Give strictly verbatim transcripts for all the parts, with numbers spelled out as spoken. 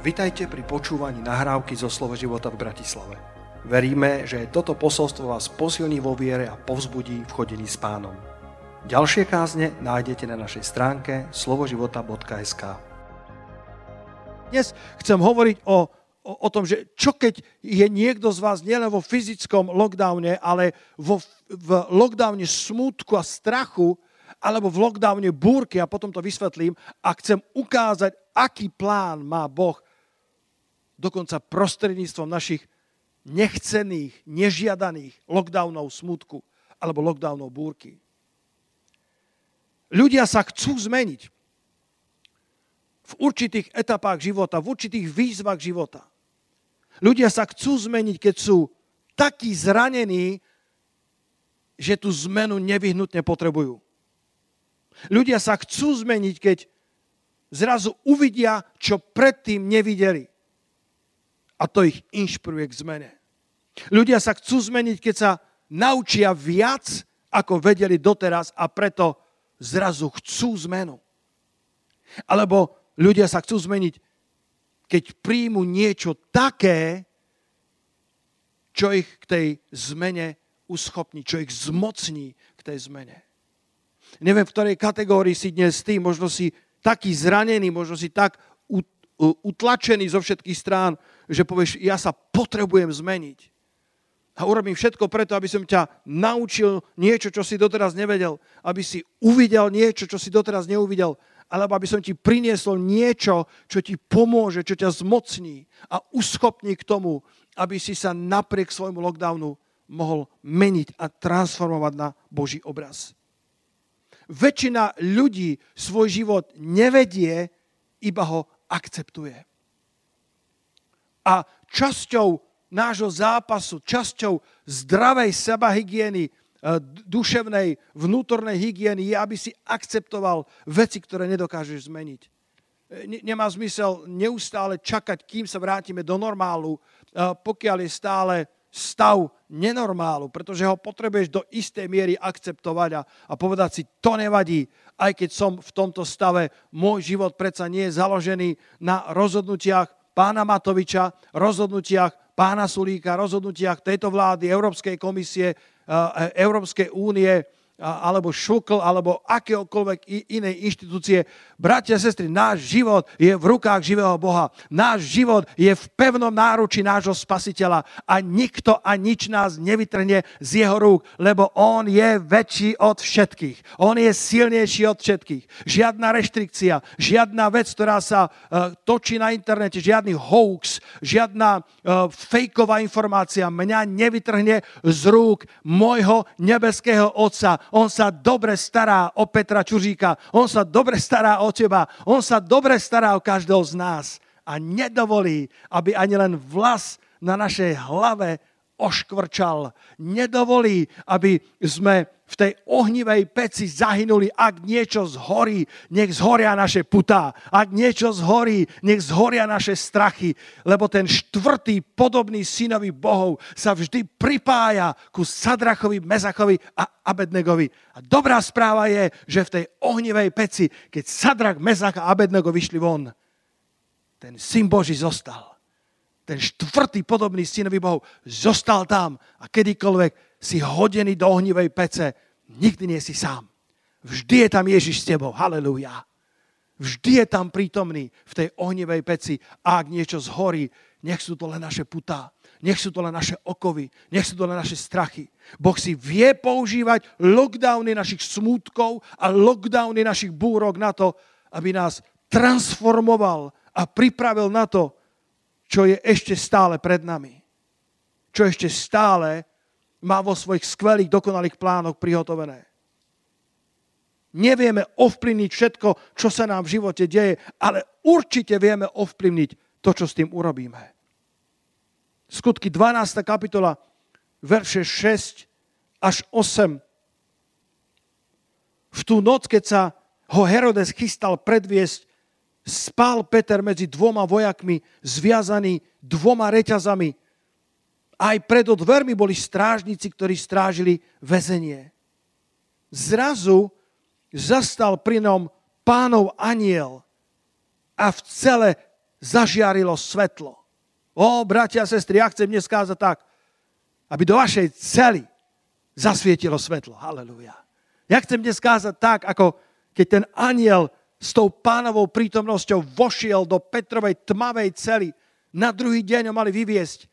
Vitajte pri počúvaní nahrávky zo Slovo života v Bratislave. Veríme, že toto posolstvo vás posilní vo viere a povzbudí v chodení s Pánom. Ďalšie kázne nájdete na našej stránke slovoživota bodka es ká. Dnes chcem hovoriť o, o, o tom, že čo keď je niekto z vás nielen vo fyzickom lockdowne, ale vo, v lockdowne smútku a strachu, alebo v lockdowne búrky, a potom to vysvetlím, a chcem ukázať, aký plán má Boh dokonca prostredníctvom našich nechcených, nežiadaných lockdownov smútku alebo lockdownov búrky. Ľudia sa chcú zmeniť v určitých etapách života, v určitých výzvach života. Ľudia sa chcú zmeniť, keď sú takí zranení, že tú zmenu nevyhnutne potrebujú. Ľudia sa chcú zmeniť, keď zrazu uvidia, čo predtým nevideli. A to ich inšpiruje k zmene. Ľudia sa chcú zmeniť, keď sa naučia viac, ako vedeli doteraz, a preto zrazu chcú zmenu. Alebo ľudia sa chcú zmeniť, keď príjmu niečo také, čo ich k tej zmene uschopní, čo ich zmocní k tej zmene. Neviem, v ktorej kategórii si dnes ty, možno si taký zranený, možno si tak utlačený zo všetkých strán, že povieš, ja sa potrebujem zmeniť. A urobím všetko preto, aby som ťa naučil niečo, čo si doteraz nevedel, aby si uvidel niečo, čo si doteraz neuvidel, alebo aby som ti priniesol niečo, čo ti pomôže, čo ťa zmocní a uschopní k tomu, aby si sa napriek svojmu lockdownu mohol meniť a transformovať na Boží obraz. Väčšina ľudí svoj život nevedie, iba ho akceptuje. A časťou nášho zápasu, časťou zdravej sebahygieny, duševnej, vnútornej hygieny je, aby si akceptoval veci, ktoré nedokážeš zmeniť. Nemá zmysel neustále čakať, kým sa vrátime do normálu, pokiaľ je stále stav nenormálu, pretože ho potrebuješ do istej miery akceptovať a, a povedať si, to nevadí, aj keď som v tomto stave, môj život predsa nie je založený na rozhodnutiach pána Matoviča, rozhodnutiach pána Sulíka, rozhodnutiach tejto vlády, Európskej komisie, Európskej únie, alebo šukl, alebo akéhokoľvek inej inštitúcie. Bratia a sestry, náš život je v rukách živého Boha. Náš život je v pevnom náručí nášho Spasiteľa a nikto a nič nás nevytrhne z jeho rúk, lebo on je väčší od všetkých. On je silnejší od všetkých. Žiadna reštrikcia, žiadna vec, ktorá sa uh, točí na internete, žiadny hoax, žiadna uh, fejková informácia mňa nevytrhne z rúk môjho nebeského Otca. On sa dobre stará o Petra Čuříka. On sa dobre stará o teba. On sa dobre stará o každého z nás. A nedovolí, aby ani len vlas na našej hlave oškvrčal. Nedovolí, aby sme v tej ohnivej peci zahynuli. Ak niečo zhorí, nech zhoria naše putá. Ak niečo zhorí, nech zhoria naše strachy. Lebo ten štvrtý podobný synovi Bohov sa vždy pripája ku Sadrachovi, Mezachovi a Abednegovi. A dobrá správa je, že v tej ohnivej peci, keď Sadrach, Mezach a Abednego vyšli von, ten syn Boží zostal. Ten štvrtý podobný synovi Bohov zostal tam a kedykoľvek si hodený do ohnivej pece, nikdy nie si sám. Vždy je tam Ježiš s tebou. Halelúja. Vždy je tam prítomný v tej ohnivej peci. A ak niečo zhorí, nech sú to len naše putá. Nech sú to len naše okovy. Nech sú to len naše strachy. Boh si vie používať lockdowny našich smútkov a lockdowny našich búrok na to, aby nás transformoval a pripravil na to, čo je ešte stále pred nami. Čo ešte stále má vo svojich skvelých, dokonalých plánoch prihotovené. Nevieme ovplyvniť všetko, čo sa nám v živote deje, ale určite vieme ovplyvniť to, čo s tým urobíme. Skutky dvanásta kapitola, verše šesť až osem. V tú noc, keď sa ho Herodes chystal predviesť, spál Peter medzi dvoma vojakmi, zviazaný dvoma reťazami. Aj pred dvermi boli strážnici, ktorí strážili väzenie. Zrazu zastal pri ňom Pánov anjel a v cele zažiarilo svetlo. Ó, bratia a sestry, ja chcem dnes kázať tak, aby do vašej cely zasvietilo svetlo. Halelúja. Ja chcem dnes kázať tak, ako keď ten anjel s tou Pánovou prítomnosťou vošiel do Petrovej tmavej cely. Na druhý deň ho mali vyviesť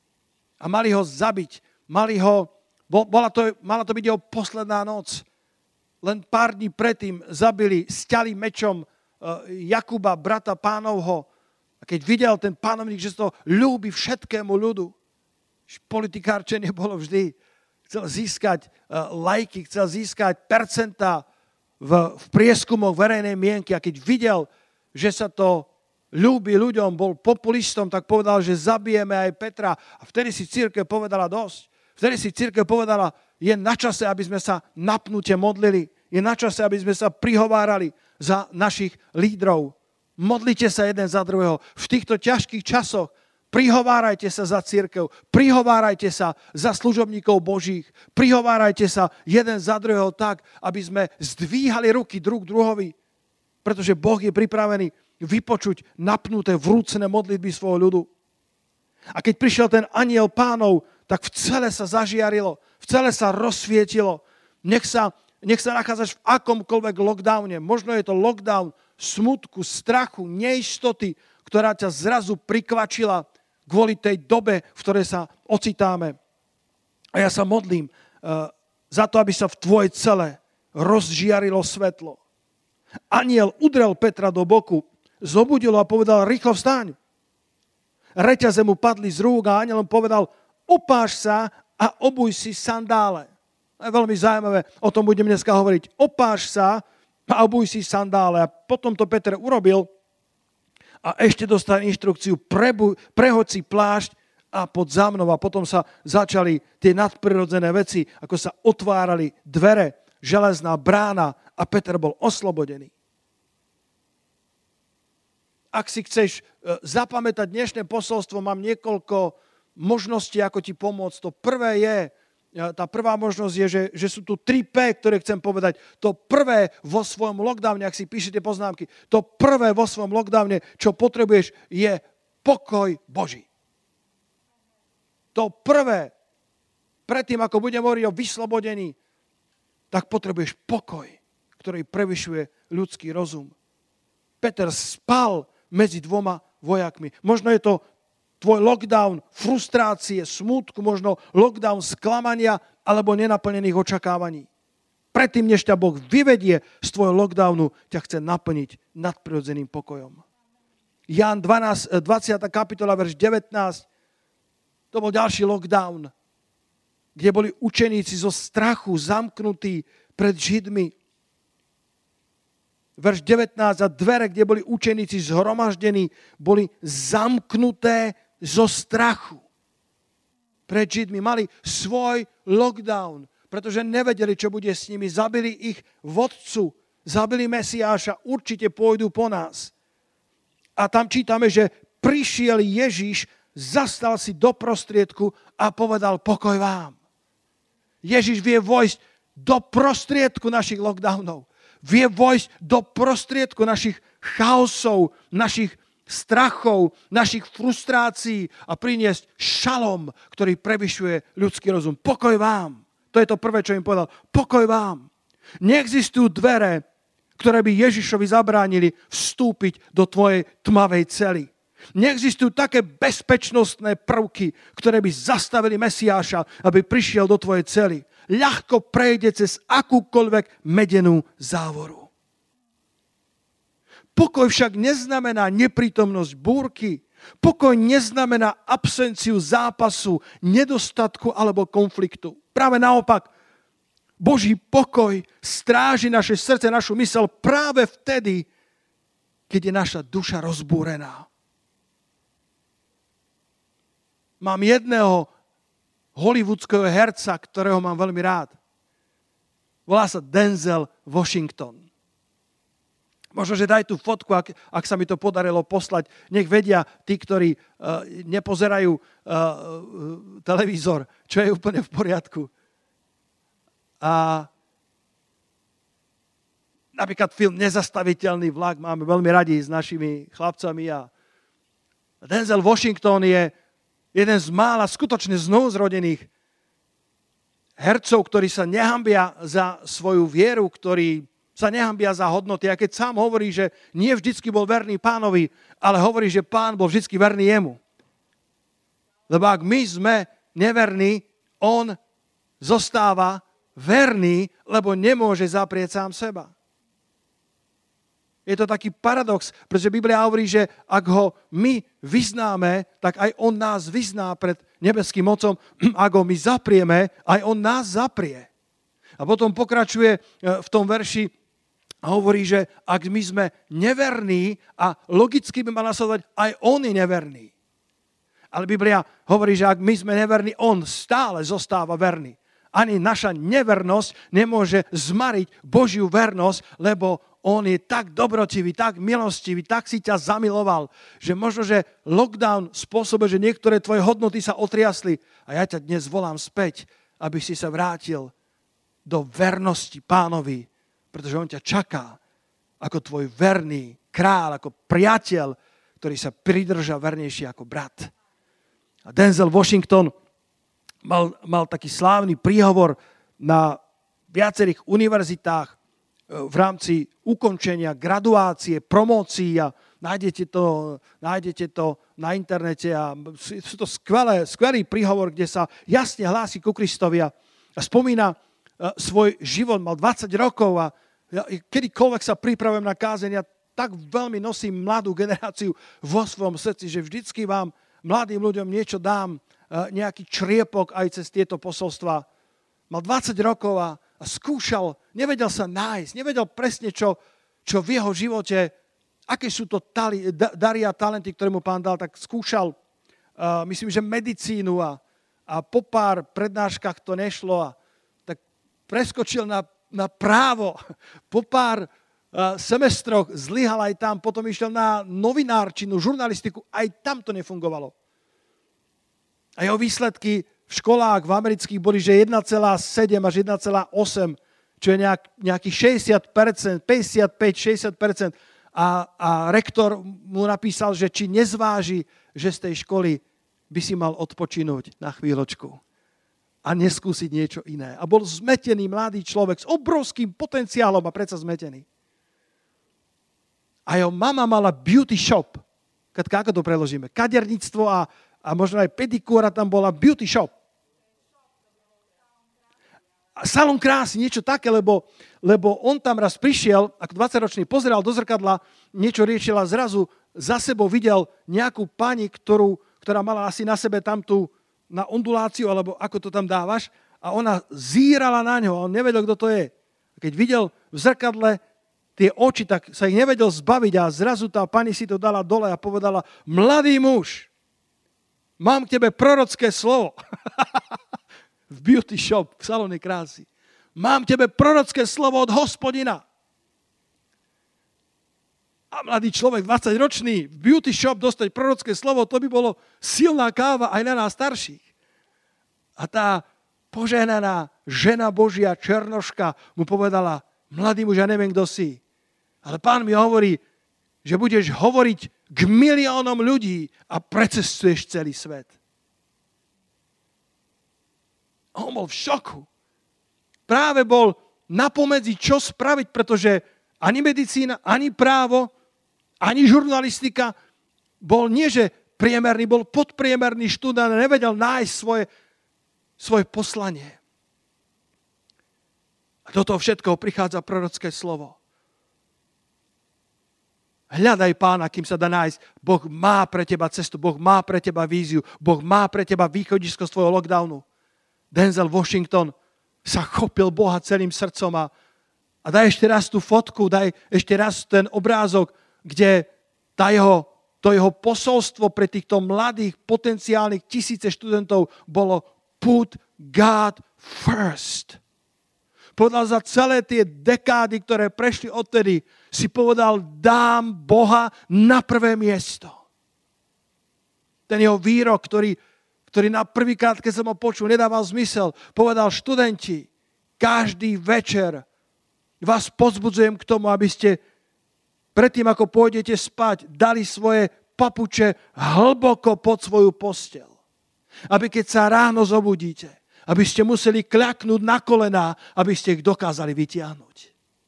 a mali ho zabiť. Mali ho, bola to, mala to byť jeho posledná noc. Len pár dní predtým zabili, sťali mečom Jakuba, brata Pánovho. A keď videl ten pánovník, že to ľúbi všetkému ľudu, politikárčenie bolo vždy, chcel získať lajky, chcel získať percentá v, v prieskumoch verejnej mienky. A keď videl, že sa to ľúbi ľuďom, bol populistom, tak povedal, že zabijeme aj Petra. A vtedy si cirkev povedala dosť. Vtedy si cirkev povedala, je na čase, aby sme sa napnutie modlili. Je na čase, aby sme sa prihovárali za našich lídrov. Modlite sa jeden za druhého. V týchto ťažkých časoch prihovárajte sa za cirkev, prihovárajte sa za služobníkov Božích, prihovárajte sa jeden za druhého tak, aby sme zdvíhali ruky druh druhovi, pretože Boh je pripravený vypočuť napnuté vrúcne modlitby svojho ľudu. A keď prišiel ten anjel Pánov, tak v celé sa zažiarilo, v celé sa rozsvietilo. Nech sa Nech sa nachádzaš v akomkoľvek lockdowne. Možno je to lockdown smutku, strachu, neistoty, ktorá ťa zrazu prikvačila kvôli tej dobe, v ktorej sa ocitáme. A ja sa modlím uh, za to, aby sa v tvojej cele rozžiarilo svetlo. Anjel udrel Petra do boku, zobudil a povedal, rýchlo vstaň. Reťaze mu padli z rúk a anjel mu povedal, opáš sa a obuj si sandále. To je veľmi zaujímavé, o tom budem dneska hovoriť. Opáš sa a obuj si sandále. A potom to Peter urobil a ešte dostal inštrukciu, prebuj, prehoď si plášť a pod za mnou. A potom sa začali tie nadprirodzené veci, ako sa otvárali dvere, železná brána a Peter bol oslobodený. Ak si chceš zapamätať dnešné posolstvo, mám niekoľko možností, ako ti pomôcť. To prvé je, tá prvá možnosť je, že, že sú tu tri P, ktoré chcem povedať. To prvé vo svojom lockdowne, ak si píšete poznámky, to prvé vo svojom lockdowne, čo potrebuješ, je pokoj Boží. To prvé, predtým, ako budem hovoriť o vyslobodení, tak potrebuješ pokoj, ktorý prevyšuje ľudský rozum. Peter spal medzi dvoma vojakmi. Možno je to tvoj lockdown frustrácie, smútku, možno lockdown sklamania alebo nenaplnených očakávaní. Predtým, než ťa Boh vyvedie z tvojho lockdownu, ťa chce naplniť nadprirodzeným pokojom. Ján dvanásť, dvadsiata kapitola, verš devätnásť, to bol ďalší lockdown, kde boli učeníci zo strachu zamknutí pred Židmi. Verš devätnásť, a dvere, kde boli učeníci zhromaždení, boli zamknuté zo strachu. Pred Židmi mali svoj lockdown, pretože nevedeli, čo bude s nimi. Zabili ich vodcu, zabili Mesiáša, určite pôjdu po nás. A tam čítame, že prišiel Ježiš, zastal si do prostriedku a povedal, pokoj vám. Ježiš vie vojsť do prostriedku našich lockdownov. Vie vojsť do prostriedku našich chaosov, našich strachov, našich frustrácií a priniesť šalom, ktorý prevyšuje ľudský rozum. Pokoj vám. To je to prvé, čo im povedal. Pokoj vám. Neexistujú dvere, ktoré by Ježišovi zabránili vstúpiť do tvojej tmavej cely. Neexistujú také bezpečnostné prvky, ktoré by zastavili Mesiáša, aby prišiel do tvojej cely. Ľahko prejde cez akúkoľvek medenú závoru. Pokoj však neznamená neprítomnosť búrky. Pokoj neznamená absenciu zápasu, nedostatku alebo konfliktu. Práve naopak, Boží pokoj stráži naše srdce, našu myseľ práve vtedy, keď je naša duša rozbúrená. Mám jedného hollywoodského herca, ktorého mám veľmi rád. Volá sa Denzel Washington. Možno, že daj tú fotku, ak, ak sa mi to podarilo poslať. Nech vedia tí, ktorí uh, nepozerajú uh, televízor, čo je úplne v poriadku. A napríklad film Nezastaviteľný vlak máme veľmi radi s našimi chlapcami a Denzel Washington je jeden z mála skutočne znovuzrodených hercov, ktorí sa nehambia za svoju vieru, ktorí sa nehambia za hodnoty. A keď sám hovorí, že nie vždycky bol verný pánovi, ale hovorí, že pán bol vždycky verný jemu. Lebo ak my sme neverní, on zostáva verný, lebo nemôže zaprieť sám seba. Je to taký paradox, pretože Biblia hovorí, že ak ho my vyznáme, tak aj on nás vyzná pred nebeským mocom. Ak ho my zaprieme, aj on nás zaprie. A potom pokračuje v tom verši a hovorí, že ak my sme neverní a logicky by mal nasledovať, aj on je neverný. Ale Biblia hovorí, že ak my sme neverní, on stále zostáva verný. Ani naša nevernosť nemôže zmariť Božiu vernosť, lebo on je tak dobrotivý, tak milostivý, tak si ťa zamiloval, že možno, že lockdown spôsobuje, že niektoré tvoje hodnoty sa otriasli a ja ťa dnes volám späť, aby si sa vrátil do vernosti Pánovi, pretože on ťa čaká ako tvoj verný kráľ, ako priateľ, ktorý sa pridrža vernejšie ako brat. A Denzel Washington mal, mal taký slávny príhovor na viacerých univerzitách v rámci ukončenia, graduácie, promócií a nájdete to, nájdete to na internete a sú to skvelé, skvelý príhovor, kde sa jasne hlási ku Kristovi a spomína svoj život, mal dvadsať rokov a ja, kedykoľvek sa pripravujem na kázeň, ja tak veľmi nosím mladú generáciu vo svojom srdci, že vždycky vám, mladým ľuďom, niečo dám, nejaký čriepok aj cez tieto posolstva. Mal dvadsať rokov a a skúšal, nevedel sa nájsť, nevedel presne, čo, čo v jeho živote, aké sú to tali, dary a talenty, ktoré mu Pán dal, tak skúšal, uh, myslím, že medicínu a, a po pár prednáškach to nešlo a tak preskočil na, na právo, po pár uh, semestroch zlyhal aj tam, potom išiel na novinárčinu, žurnalistiku, aj tam to nefungovalo. A jeho výsledky v školách v amerických boli, že jeden celá sedem až jeden celá osem, čo je nejak, nejakých šesťdesiat percent, päťdesiatpäť až šesťdesiat percent. A, a rektor mu napísal, že či nezváži, že z tej školy by si mal odpočinúť na chvíľočku a neskúsiť niečo iné. A bol zmetený mladý človek s obrovským potenciálom a predsa zmetený. A jeho mama mala beauty shop. Katka, ako to preložíme? Kaderníctvo a A možno aj pedikúra tam bola, beauty shop. Salón krásy, niečo také, lebo, lebo on tam raz prišiel, ako dvadsaťročný, pozeral do zrkadla, niečo riešil a zrazu za sebou videl nejakú pani, ktorú, ktorá mala asi na sebe tamtú na onduláciu, alebo ako to tam dávaš, a ona zírala na ňo a on nevedel, kto to je. A keď videl v zrkadle tie oči, tak sa ich nevedel zbaviť a zrazu tá pani si to dala dole a povedala, mladý muž, mám k tebe prorocké slovo. V beauty shop, v salóne krásy. Mám k tebe prorocké slovo od Hospodina. A mladý človek, dvadsaťročný, v beauty shop dostať prorocké slovo, to by bolo silná káva aj na nás starších. A tá požehnaná žena Božia, černoška, mu povedala, mladý muž, ja neviem, kto si. Ale Pán mi hovorí, že budeš hovoriť k miliónom ľudí a precestuješ celý svet. A on bol v šoku. Práve bol napomedzi, čo spraviť, pretože ani medicína, ani právo, ani žurnalistika bol nie, že priemerný, bol podpriemerný študent a nevedel nájsť svoje, svoje poslanie. A do toho všetkoho prichádza prorocké slovo. Hľadaj Pána, kým sa dá nájsť. Boh má pre teba cestu, Boh má pre teba víziu, Boh má pre teba východisko z tvojho lockdownu. Denzel Washington sa chopil Boha celým srdcom a, a daj ešte raz tú fotku, daj ešte raz ten obrázok, kde tá jeho, to jeho posolstvo pre týchto mladých, potenciálnych tisíce študentov bolo put God first. Povedal za celé tie dekády, ktoré prešli odtedy, si povedal, dám Boha na prvé miesto. Ten jeho výrok, ktorý, ktorý na prvýkrát, keď som ho počul, nedával zmysel, povedal, študenti, každý večer vás pozbudzujem k tomu, aby ste predtým, ako pôjdete spať, dali svoje papuče hlboko pod svoju posteľ. Aby keď sa ráno zobudíte, aby ste museli kľaknúť na kolená, aby ste ich dokázali vytiahnuť.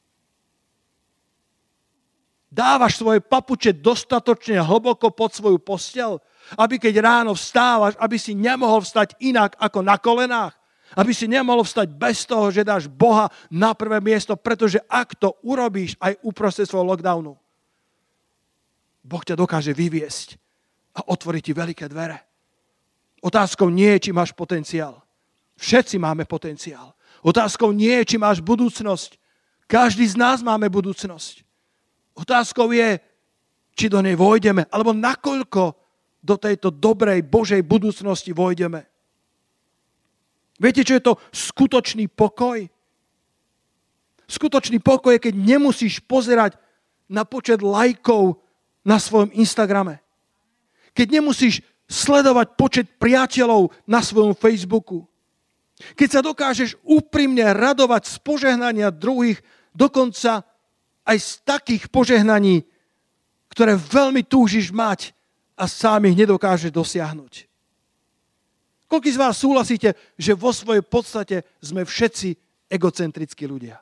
Dávaš svoje papuče dostatočne hlboko pod svoju posteľ, aby keď ráno vstávaš, aby si nemohol vstať inak ako na kolenách. Aby si nemohol vstať bez toho, že dáš Boha na prvé miesto, pretože ak to urobíš aj uprostred svojho lockdownu, Boh ťa dokáže vyviesť a otvoriť ti veľké dvere. Otázkou nie je, či máš potenciál. Všetci máme potenciál. Otázkou nie je, či máš budúcnosť. Každý z nás máme budúcnosť. Otázkou je, či do nej vojdeme, alebo nakoľko do tejto dobrej Božej budúcnosti vojdeme. Viete, čo je to skutočný pokoj? Skutočný pokoj je, keď nemusíš pozerať na počet lajkov na svojom Instagrame. Keď nemusíš sledovať počet priateľov na svojom Facebooku. Keď sa dokážeš úprimne radovať z požehnania druhých, dokonca aj z takých požehnaní, ktoré veľmi túžiš mať a sám ich nedokážeš dosiahnuť. Koľký z vás súhlasíte, že vo svojej podstate sme všetci egocentrickí ľudia?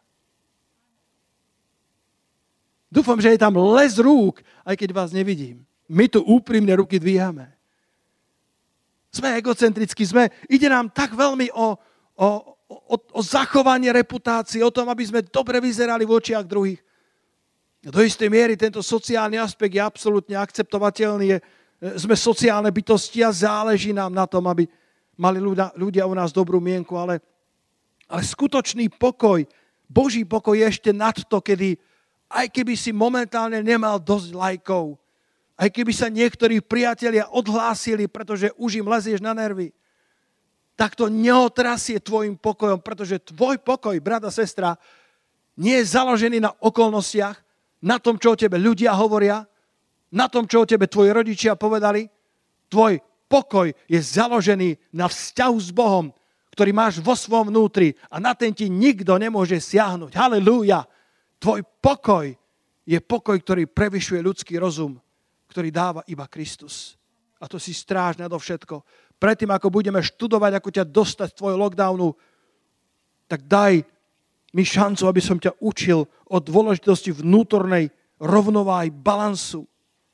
Dúfam, že je tam les rúk, aj keď vás nevidím. My tu úprimne ruky dvíhame. Sme egocentrickí, sme, ide nám tak veľmi o, o, o, o zachovanie reputácie, o tom, aby sme dobre vyzerali v očiach druhých. Do istej miery tento sociálny aspekt je absolútne akceptovateľný. Je, sme sociálne bytosti a záleží nám na tom, aby mali ľudia, ľudia u nás dobrú mienku, ale, ale skutočný pokoj, Boží pokoj je ešte nad to, kedy aj keby si momentálne nemal dosť lajkov, aj keby sa niektorí priatelia odhlásili, pretože už im lezieš na nervy, tak to neotrasie tvojim pokojom, pretože tvoj pokoj, brat a sestra, nie je založený na okolnostiach, na tom, čo o tebe ľudia hovoria, na tom, čo o tebe tvoji rodičia povedali. Tvoj pokoj je založený na vzťahu s Bohom, ktorý máš vo svojom vnútri a na ten ti nikto nemôže siahnuť. Halelúja! Tvoj pokoj je pokoj, ktorý prevyšuje ľudský rozum, ktorý dáva iba Kristus. A to si stráž nadovšetko. Predtým, ako budeme študovať, ako ťa dostať z tvojho lockdownu, tak daj mi šancu, aby som ťa učil o dôležitosti vnútornej rovnováhy, balansu.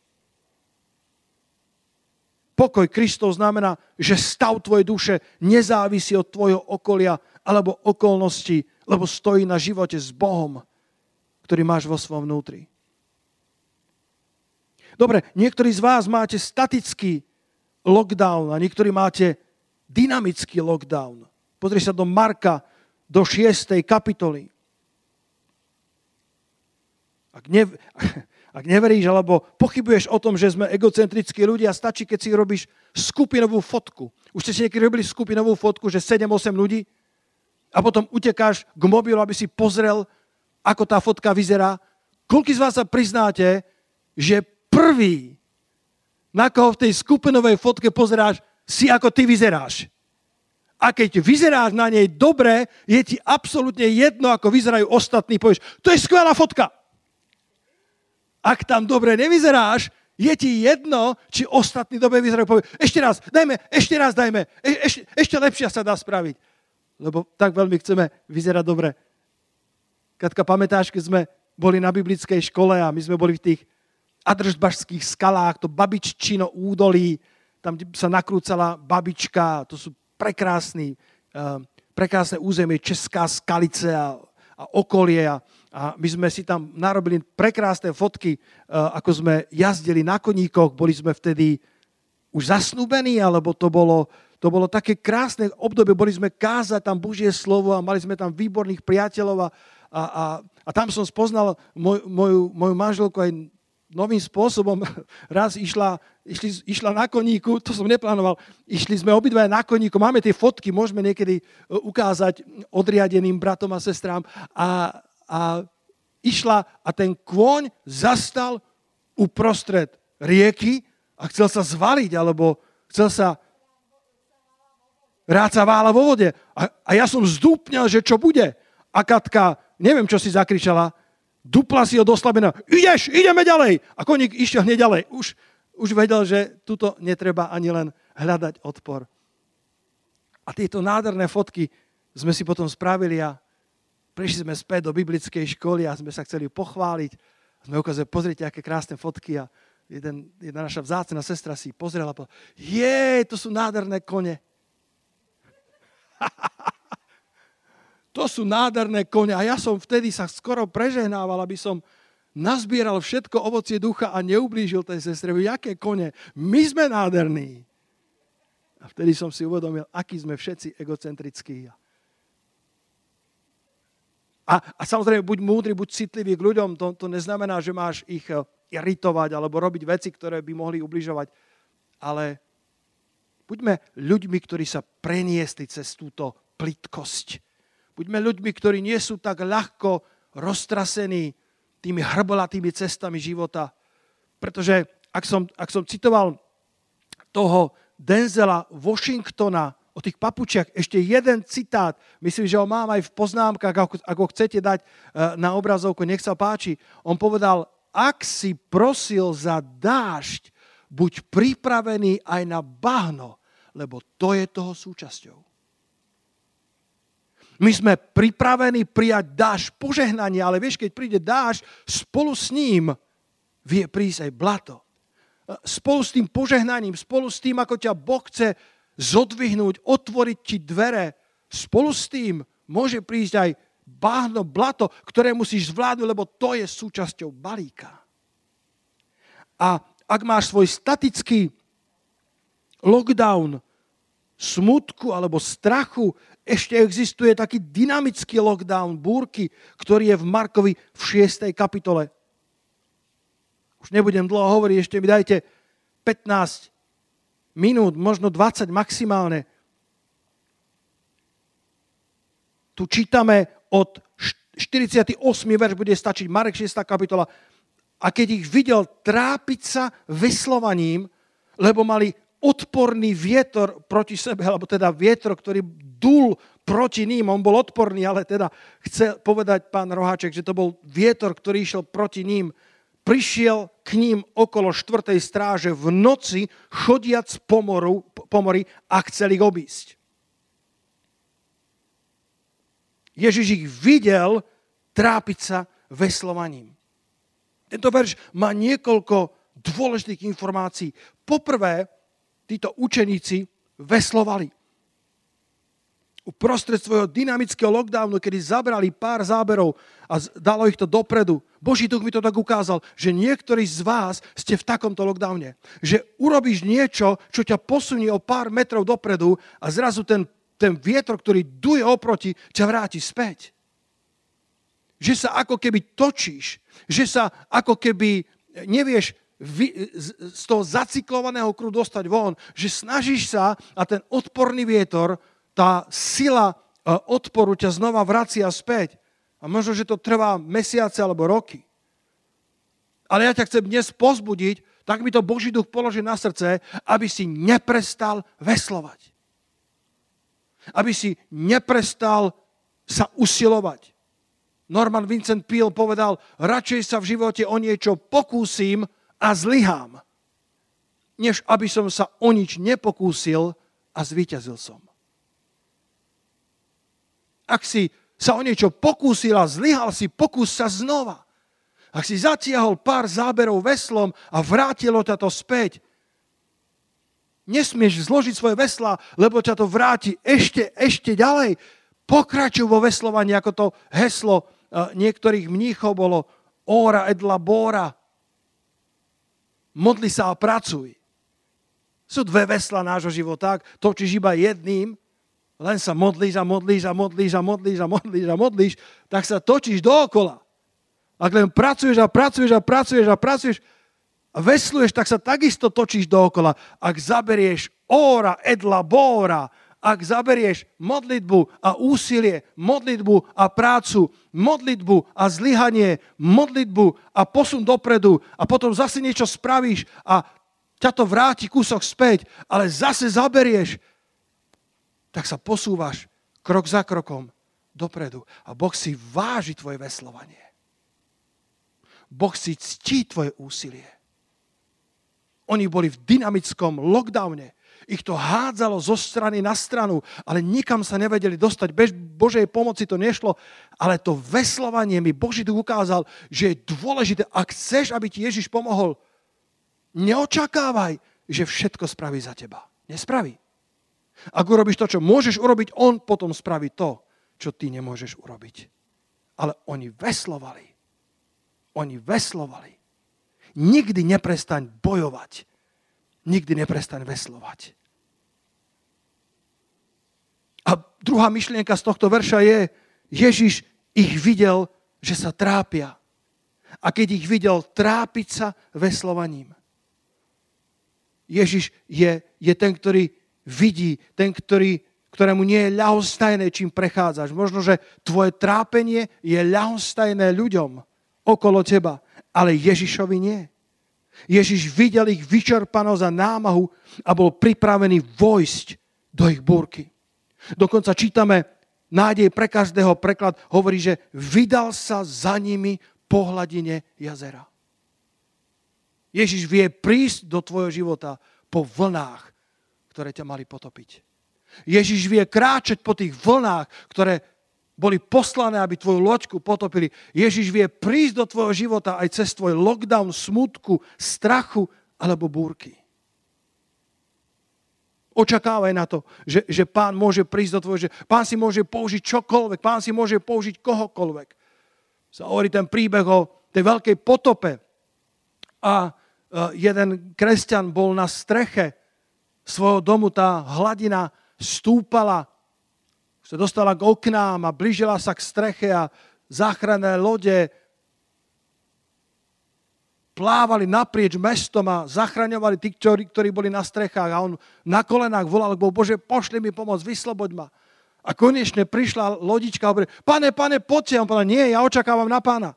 Pokoj Kristov znamená, že stav tvojej duše nezávisí od tvojho okolia alebo okolností, lebo stojí na živote s Bohom, ktorý máš vo svojom vnútri. Dobre, niektorí z vás máte statický lockdown a niektorí máte dynamický lockdown. Pozri sa do Marka, do šiestej kapitoly. Ak, ne, ak neveríš, alebo pochybuješ o tom, že sme egocentrickí ľudia, stačí, keď si robíš skupinovú fotku. Už ste si niekedy robili skupinovú fotku, že sedem osem ľudí a potom utekáš k mobilu, aby si pozrel, ako tá fotka vyzerá. Koľký z vás sa priznáte, že prvý, na koho v tej skupinovej fotke pozeráš, si ako ty vyzeráš. A keď vyzeráš na nej dobre, je ti absolútne jedno, ako vyzerajú ostatní. Povieš, to je skvelá fotka. Ak tam dobre nevyzeráš, je ti jedno, či ostatní dobre vyzerajú. Povieš, ešte raz, dajme, ešte raz dajme. E, ešte, ešte lepšia sa dá spraviť. Lebo tak veľmi chceme vyzerať dobre. Katka, pamätáš, keď sme boli na biblickej škole a my sme boli v tých Adržbašských skalách, to Babiččino údolí, tam sa nakrúcala babička, to sú prekrásny, uh, prekrásne územie, Česká Skalice a, a okolie a, a my sme si tam narobili prekrásne fotky, uh, ako sme jazdili na koníkoch, boli sme vtedy už zasnúbení, alebo to bolo, to bolo také krásne obdobie, boli sme kázať tam Božie slovo a mali sme tam výborných priateľov a, a, a, a tam som spoznal moj, moju, moju manželku aj novým spôsobom. Raz išla, išli, išla na koníku, to som neplánoval, išli sme obidvaja na koníku, máme tie fotky, môžeme niekedy ukázať odriadeným bratom a sestrám a, a išla a ten kôň zastal uprostred rieky a chcel sa zvaliť, alebo chcel sa rád sa vála vo vode. A, a ja som zdúpnel, že čo bude. A Katka, neviem, čo si zakričala, dupla si ho do slabina. Ideš, ideme ďalej. A koník išiel hneď ďalej. Už už vedel, že tuto netreba ani len hľadať odpor. A tieto nádherné fotky sme si potom spravili a prišli sme späť do biblickej školy a sme sa chceli pochváliť. Sme ukázali, pozrite, aké krásne fotky a jeden, jedna naša vzácna sestra si pozrela a povedala, jej, to sú nádherné kone. To sú nádherné kone. A ja som vtedy sa skoro prežehnával, aby som nazbieral všetko ovocie ducha a neublížil tej sestre. Jaké kone? My sme nádherní. A vtedy som si uvedomil, akí sme všetci egocentrickí. A, a samozrejme, buď múdry, buď citlivý k ľuďom. To, to neznamená, že máš ich iritovať alebo robiť veci, ktoré by mohli ubližovať. Ale buďme ľuďmi, ktorí sa preniesli cez túto plytkosť. Buďme ľuďmi, ktorí nie sú tak ľahko roztrasení tými hrbolatými cestami života. Pretože ak som, ak som citoval toho Denzela Washingtona o tých papučiach, ešte jeden citát, myslím, že ho mám aj v poznámkach, ako, ako chcete dať na obrazovku, nech sa páči. On povedal, ak si prosil za dážď, buď pripravený aj na bahno, lebo to je toho súčasťou. My sme pripravení prijať dážď požehnania, ale vieš, keď príde dážď, spolu s ním vie prísť aj blato. Spolu s tým požehnaním, spolu s tým, ako ťa Boh chce zodvihnúť, otvoriť ti dvere, spolu s tým môže prísť aj bahno, blato, ktoré musíš zvládnuť, lebo to je súčasťou balíka. A ak máš svoj statický lockdown smutku alebo strachu, ešte existuje taký dynamický lockdown búrky, ktorý je v Markovi v šiestej kapitole. Už nebudem dlho hovoriť, ešte mi dajte pätnásť minút, možno dvadsať maximálne. Tu čítame od štyridsiaty ôsmy verš, bude stačiť Marek šiesta kapitola. A keď ich videl trápiť sa veslovaním, lebo mali odporný vietor proti sebe, alebo teda vietor, ktorý dul proti ním, on bol odporný, ale teda chce povedať pán Roháček, že to bol vietor, ktorý išiel proti ním, prišiel k ním okolo štvrtej stráže v noci, chodiac po, moru, po mori a chcel ich obísť. Ježiš ich videl trápiť sa veslovaním. Tento verš má niekoľko dôležitých informácií. Poprvé, títo učeníci veslovali. Uprostred svojho dynamického lockdownu, kedy zabrali pár záberov a dalo ich to dopredu, Boží duch mi to tak ukázal, že niektorí z vás ste v takomto lockdowne. Že urobíš niečo, čo ťa posunie o pár metrov dopredu a zrazu ten, ten vietor, ktorý duje oproti, ťa vráti späť. Že sa ako keby točíš, že sa ako keby nevieš z toho zacyklovaného kruhu dostať von, že snažíš sa a ten odporný vietor, tá sila odporu ťa znova vracia späť. A možno, že to trvá mesiace alebo roky. Ale ja ťa chcem dnes pozbudiť, tak mi to Boží duch položí na srdce, aby si neprestal veslovať. Aby si neprestal sa usilovať. Norman Vincent Peale povedal, radšej sa v živote o niečo pokúsim a zlyhám, než aby som sa o nič nepokúsil a zvíťazil som. Ak si sa o niečo pokúsil a zlyhal si, pokús sa znova. Ak si zatiahol pár záberov veslom a vrátilo ťa to späť, nesmieš zložiť svoje veslá, lebo ťa to vráti ešte, ešte ďalej. Pokračuj vo veslovaní, ako to heslo niektorých mníchov bolo ora et labora. Modli sa a pracuj. Sú dve vesla nášho života. Točíš iba jedným, len sa modlíš a modlíš a modlíš a modlíš a modlíš a modlíš, tak sa točíš dookola. Ak len pracuješ a pracuješ a pracuješ a pracuješ a vesluješ, tak sa takisto točíš dookola. Ak zaberieš ora et labora, ak zaberieš modlitbu a úsilie, modlitbu a prácu, modlitbu a zlyhanie, modlitbu a posun dopredu a potom zase niečo spravíš a ťa to vráti kúsok späť, ale zase zaberieš, tak sa posúvaš krok za krokom dopredu. A Boh si váži tvoje veslovanie. Boh si ctí tvoje úsilie. Oni boli v dynamickom lockdowne. Ich to hádzalo zo strany na stranu, ale nikam sa nevedeli dostať. Bez Božej pomoci to nešlo, ale to veslovanie mi Boží duch ukázal, že je dôležité, ak chceš, aby ti Ježiš pomohol, neočakávaj, že všetko spraví za teba. Nespraví. Ak urobíš to, čo môžeš urobiť, on potom spraví to, čo ty nemôžeš urobiť. Ale oni veslovali. Oni veslovali. Nikdy neprestaň bojovať. Nikdy neprestaň veslovať. A druhá myšlienka z tohto verša je, Ježiš ich videl, že sa trápia. A keď ich videl trápiť sa veslovaním. Ježiš je, je ten, ktorý vidí, ten, ktorý, ktorému nie je ľahostajné, čím prechádzaš. Možno, že tvoje trápenie je ľahostajné ľuďom okolo teba, ale Ježišovi nie. Ježiš videl ich vyčerpanosť a námahu a bol pripravený vojsť do ich búrky. Dokonca čítame, nádej pre každého, preklad hovorí, že vydal sa za nimi po hladine jazera. Ježiš vie prísť do tvojho života po vlnách, ktoré ťa mali potopiť. Ježiš vie kráčať po tých vlnách, ktoré boli poslané, aby tvoju loďku potopili. Ježiš vie prísť do tvojho života aj cez tvoj lockdown, smutku, strachu alebo búrky. Očakávaj na to, že, že Pán môže prísť do tvojho života. Pán si môže použiť čokoľvek. Pán si môže použiť kohokoľvek. Sa hovorí ten príbeh o tej veľkej potope. A jeden kresťan bol na streche svojho domu. Tá hladina stúpala, sa dostala k oknám a blížila sa k streche a záchranné lode plávali naprieč mestom a zachraňovali tí, ktorí, ktorí boli na strechách. A on na kolenách volal k Bohu, Bože, pošli mi pomoc, vysloboď ma. A konečne prišla lodička a hovorí, pane, pane, poďte. A on povedal, nie, ja očakávam na Pána.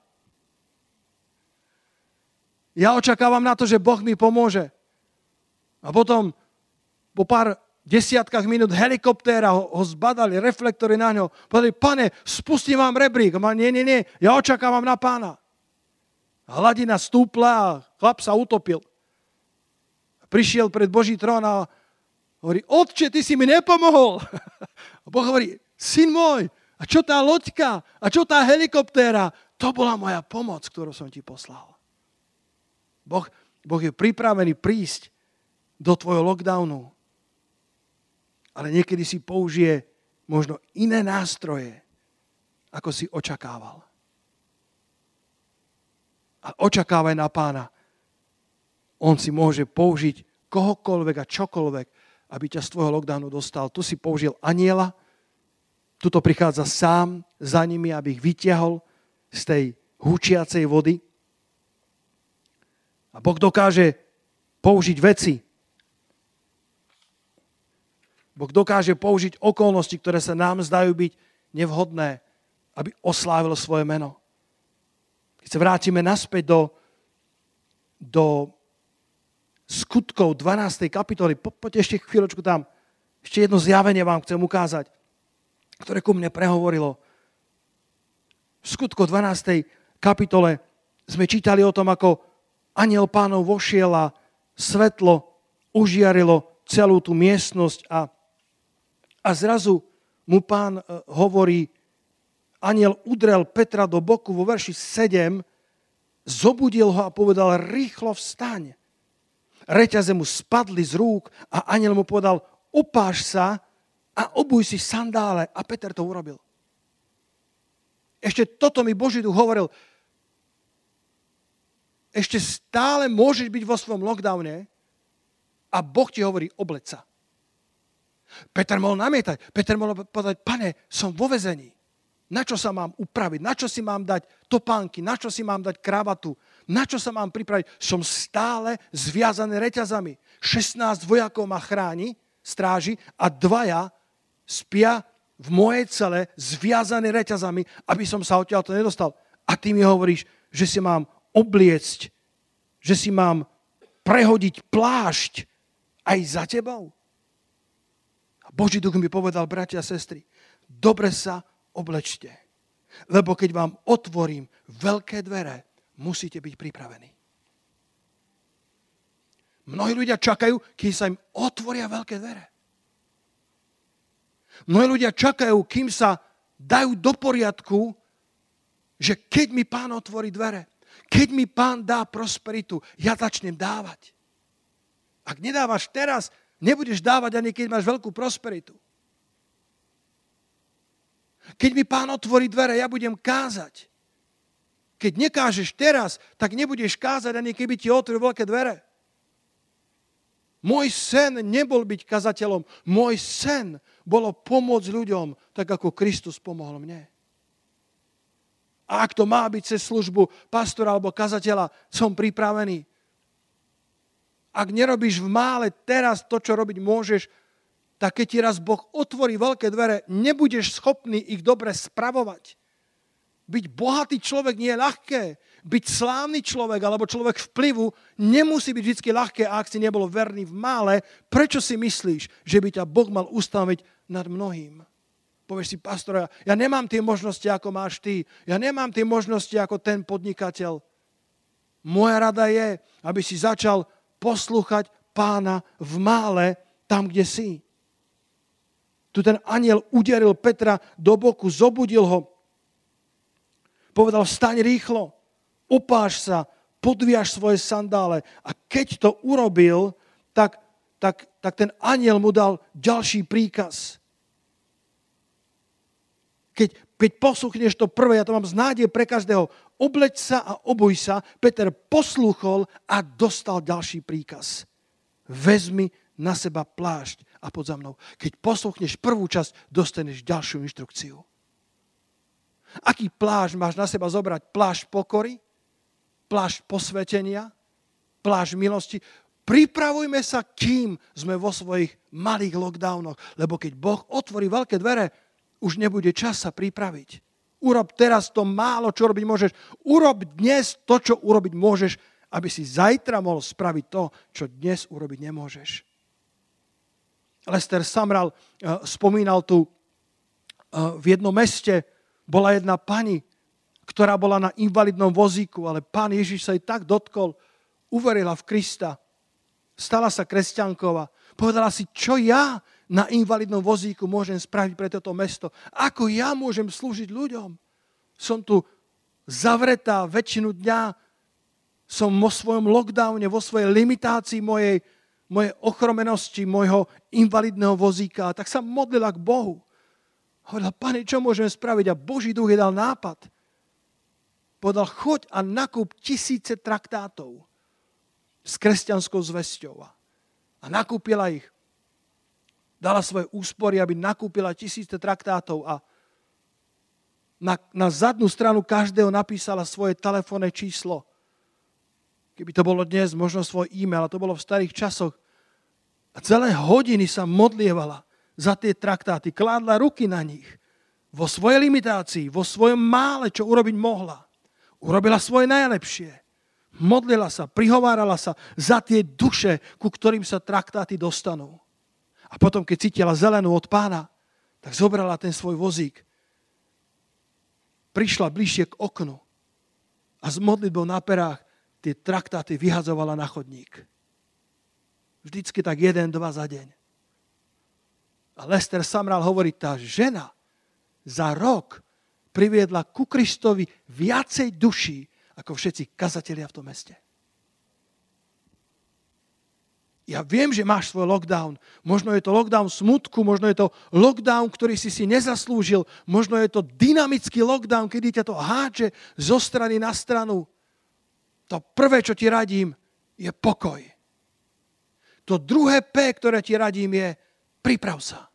Ja očakávam na to, že Boh mi pomôže. A potom po pár desiatkách minút helikoptéra ho, ho zbadali, reflektory na ňo. Povedali, pane, spustím vám rebrík. A ma, nie, nie, nie, ja očakávam na Pána. Hladina stúpla a chlap sa utopil. Prišiel pred Boží trón a hovorí, Otče, ty si mi nepomohol. A Boh hovorí, syn môj, a čo tá loďka, a čo tá helikoptéra, to bola moja pomoc, ktorú som ti poslal. Boh, boh je pripravený prísť do tvojho lockdownu. Ale niekedy si použije možno iné nástroje, ako si očakával. A očakávaj na Pána. On si môže použiť kohokoľvek a čokoľvek, aby ťa z tvojho lockdownu dostal. Tu si použil anjela, tuto prichádza sám za nimi, aby ich vytiahol z tej húčiacej vody. A Boh dokáže použiť veci. Boh dokáže použiť okolnosti, ktoré sa nám zdajú byť nevhodné, aby oslávil svoje meno. Keď sa vrátime naspäť do, do skutkov dvanástej kapitoly, po, poďte ešte chvíľočku tam, ešte jedno zjavenie vám chcem ukázať, ktoré ku mne prehovorilo. V skutkoch dvanástej kapitole sme čítali o tom, ako anjel Pánov vošiel a svetlo užiarilo celú tú miestnosť a A zrazu mu Pán hovorí, anjel udrel Petra do boku vo verši sedem, zobudil ho a povedal, rýchlo vstaň. Reťaze mu spadli z rúk a anjel mu povedal, opáš sa a obuj si sandále. A Peter to urobil. Ešte toto mi Boží duch hovoril. Ešte stále môžeš byť vo svojom lockdowne a Boh ti hovorí, obleď sa. Peter mohol namietať. Peter mohol povedať, pane, som vo väzení. Na čo sa mám upraviť? Na čo si mám dať topánky? Na čo si mám dať kravatu? Na čo sa mám pripraviť? Som stále zviazaný reťazami. šestnásť vojakov ma chráni, stráži a dvaja spia v mojej cele zviazaný reťazami, aby som sa odtiaľto nedostal. A ty mi hovoríš, že si mám obliecť, že si mám prehodiť plášť aj za tebou? Boží duch mi povedal, bratia a sestry, dobre sa oblečte, lebo keď vám otvorím veľké dvere, musíte byť pripravení. Mnohí ľudia čakajú, kým sa im otvoria veľké dvere. Mnohí ľudia čakajú, kým sa dajú do poriadku, že keď mi Pán otvorí dvere, keď mi Pán dá prosperitu, ja začnem dávať. Ak nedávaš teraz, nebudeš dávať ani keď máš veľkú prosperitu. Keď mi Pán otvorí dvere, ja budem kázať. Keď nekážeš teraz, tak nebudeš kázať, ani keby ti otvoril veľké dvere. Môj sen nebol byť kazateľom. Môj sen bolo pomôcť ľuďom, tak ako Kristus pomohol mne. A ak to má byť cez službu pastora alebo kazateľa, som pripravený. Ak nerobíš v mále teraz to, čo robiť môžeš, tak keď ti raz Boh otvorí veľké dvere, nebudeš schopný ich dobre spravovať. Byť bohatý človek nie je ľahké. Byť slávny človek alebo človek vplyvu nemusí byť vždy ľahké, a ak si nebol verný v mále, prečo si myslíš, že by ťa Boh mal ustaviť nad mnohým? Povieš si, pastor, ja nemám tie možnosti, ako máš ty. Ja nemám tie možnosti, ako ten podnikateľ. Moja rada je, aby si začal poslúchať Pána v mále tam, kde si. Tu ten anjel uderil Petra do boku, zobudil ho. Povedal, vstaň rýchlo, opáš sa, podviaž svoje sandále. A keď to urobil, tak, tak, tak ten anjel mu dal ďalší príkaz. Keď, keď poslúchneš to prvé, ja to mám z nádeje pre každého, obleď sa a obuj sa, Peter poslúchol a dostal ďalší príkaz. Vezmi na seba plášť a poď za mnou. Keď posluchneš prvú časť, dostaneš ďalšiu inštrukciu. Aký plášť máš na seba zobrať? Plášť pokory? Plášť posvetenia? Plášť milosti? Pripravujme sa, kým sme vo svojich malých lockdownoch. Lebo keď Boh otvorí veľké dvere, už nebude čas sa pripraviť. Urob teraz to málo, čo robiť môžeš. Urob dnes to, čo urobiť môžeš, aby si zajtra mohol spraviť to, čo dnes urobiť nemôžeš. Lester Sumrall uh, spomínal tu uh, v jednom meste, bola jedna pani, ktorá bola na invalidnom vozíku, ale Pán Ježiš sa jej tak dotkol, uverila v Krista, stala sa kresťanková, povedala si, čo ja na invalidnom vozíku môžem spraviť pre toto mesto, ako ja môžem slúžiť ľuďom. Som tu zavretá väčšinu dňa, som vo svojom lockdowne, vo svojej limitácii mojej, mojej ochromenosti, mojho invalidného vozíka, tak sa modlila k Bohu. Hovorila, Pane, čo môžeme spraviť? A Boží duch jej dal nápad. Povedal, choď a nakúp tisíce traktátov s kresťanskou zvesťou. A nakúpila ich. Dala svoje úspory, aby nakúpila tisíce traktátov a na, na zadnú stranu každého napísala svoje telefónne číslo. Keby to bolo dnes, možno svoj e-mail, a to bolo v starých časoch. A celé hodiny sa modlievala za tie traktáty, kládla ruky na nich. Vo svojej limitácii, vo svojom mále, čo urobiť mohla. Urobila svoje najlepšie. Modlila sa, prihovárala sa za tie duše, ku ktorým sa traktáty dostanú. A potom, keď cítila zelenú od Pána, tak zobrala ten svoj vozík. Prišla bližšie k oknu a s modlitbou na perách tie traktáty vyhadzovala na chodník. Vždycky tak jeden, dva za deň. A Lester Sumrall hovorí, tá žena za rok priviedla ku Kristovi viacej duší, ako všetci kazatelia v tom meste. Ja viem, že máš svoj lockdown. Možno je to lockdown smutku, možno je to lockdown, ktorý si si nezaslúžil, možno je to dynamický lockdown, kedy ťa to háče zo strany na stranu. To prvé, čo ti radím, je pokoj. To druhé P, ktoré ti radím, je priprav sa.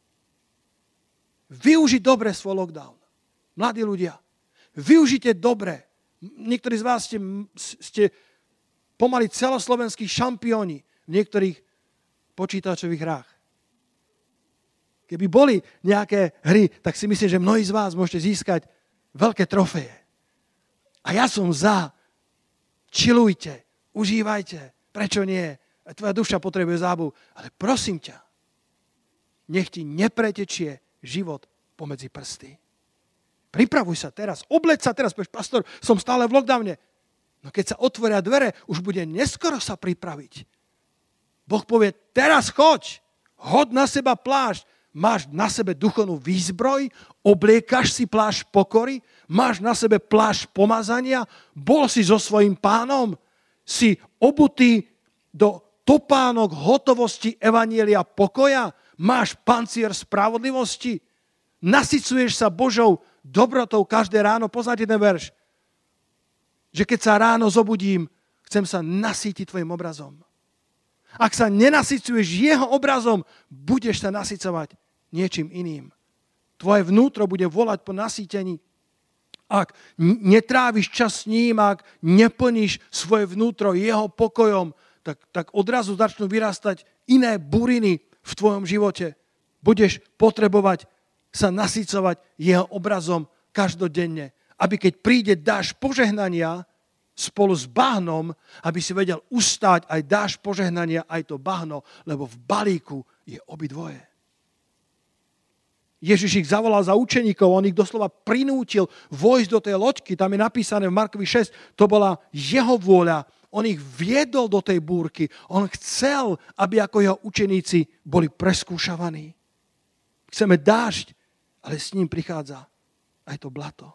Využi dobre svoj lockdown. Mladí ľudia, využite dobre. Niektorí z vás ste, ste pomaly celoslovenskí šampióni v niektorých počítačových hrách. Keby boli nejaké hry, tak si myslím, že mnohí z vás môžete získať veľké trofeje. A ja som za. Čilujte, užívajte. Prečo nie? Tvoja duša potrebuje zábavu. Ale prosím ťa, nech ti nepretečie život pomedzi prsty. Pripravuj sa teraz, obleď sa teraz. Povieš, pastor, som stále v lockdowne. No keď sa otvoria dvere, už bude neskoro sa pripraviť. Boh povie, teraz choď, hod na seba plášť, máš na sebe duchovnú výzbroj, obliekaš si plášť pokory, máš na sebe plášť pomazania, bol si so svojím pánom, si obutý do topánok hotovosti evanjelia pokoja, máš pancier spravodlivosti, nasycuješ sa Božou dobrotou každé ráno. Poznáte ten verš, že keď sa ráno zobudím, chcem sa nasýtiť tvojim obrazom. Ak sa nenasycuješ jeho obrazom, budeš sa nasycovať niečím iným. Tvoje vnútro bude volať po nasýtení. Ak netráviš čas s ním, ak neplníš svoje vnútro jeho pokojom, tak, tak odrazu začnú vyrastať iné buriny v tvojom živote. Budeš potrebovať sa nasycovať jeho obrazom každodenne. Aby keď príde dážď požehnania, spolu s bahnom, aby si vedel ustáť aj dážď požehnania, aj to bahno, lebo v balíku je obidvoje. Ježiš ich zavolal za učeníkov, on ich doslova prinútil vojsť do tej loďky, tam je napísané v Markovi šesť, to bola jeho vôľa, on ich viedol do tej búrky, on chcel, aby ako jeho učeníci boli preskúšavaní. Chceme dážď, ale s ním prichádza aj to blato.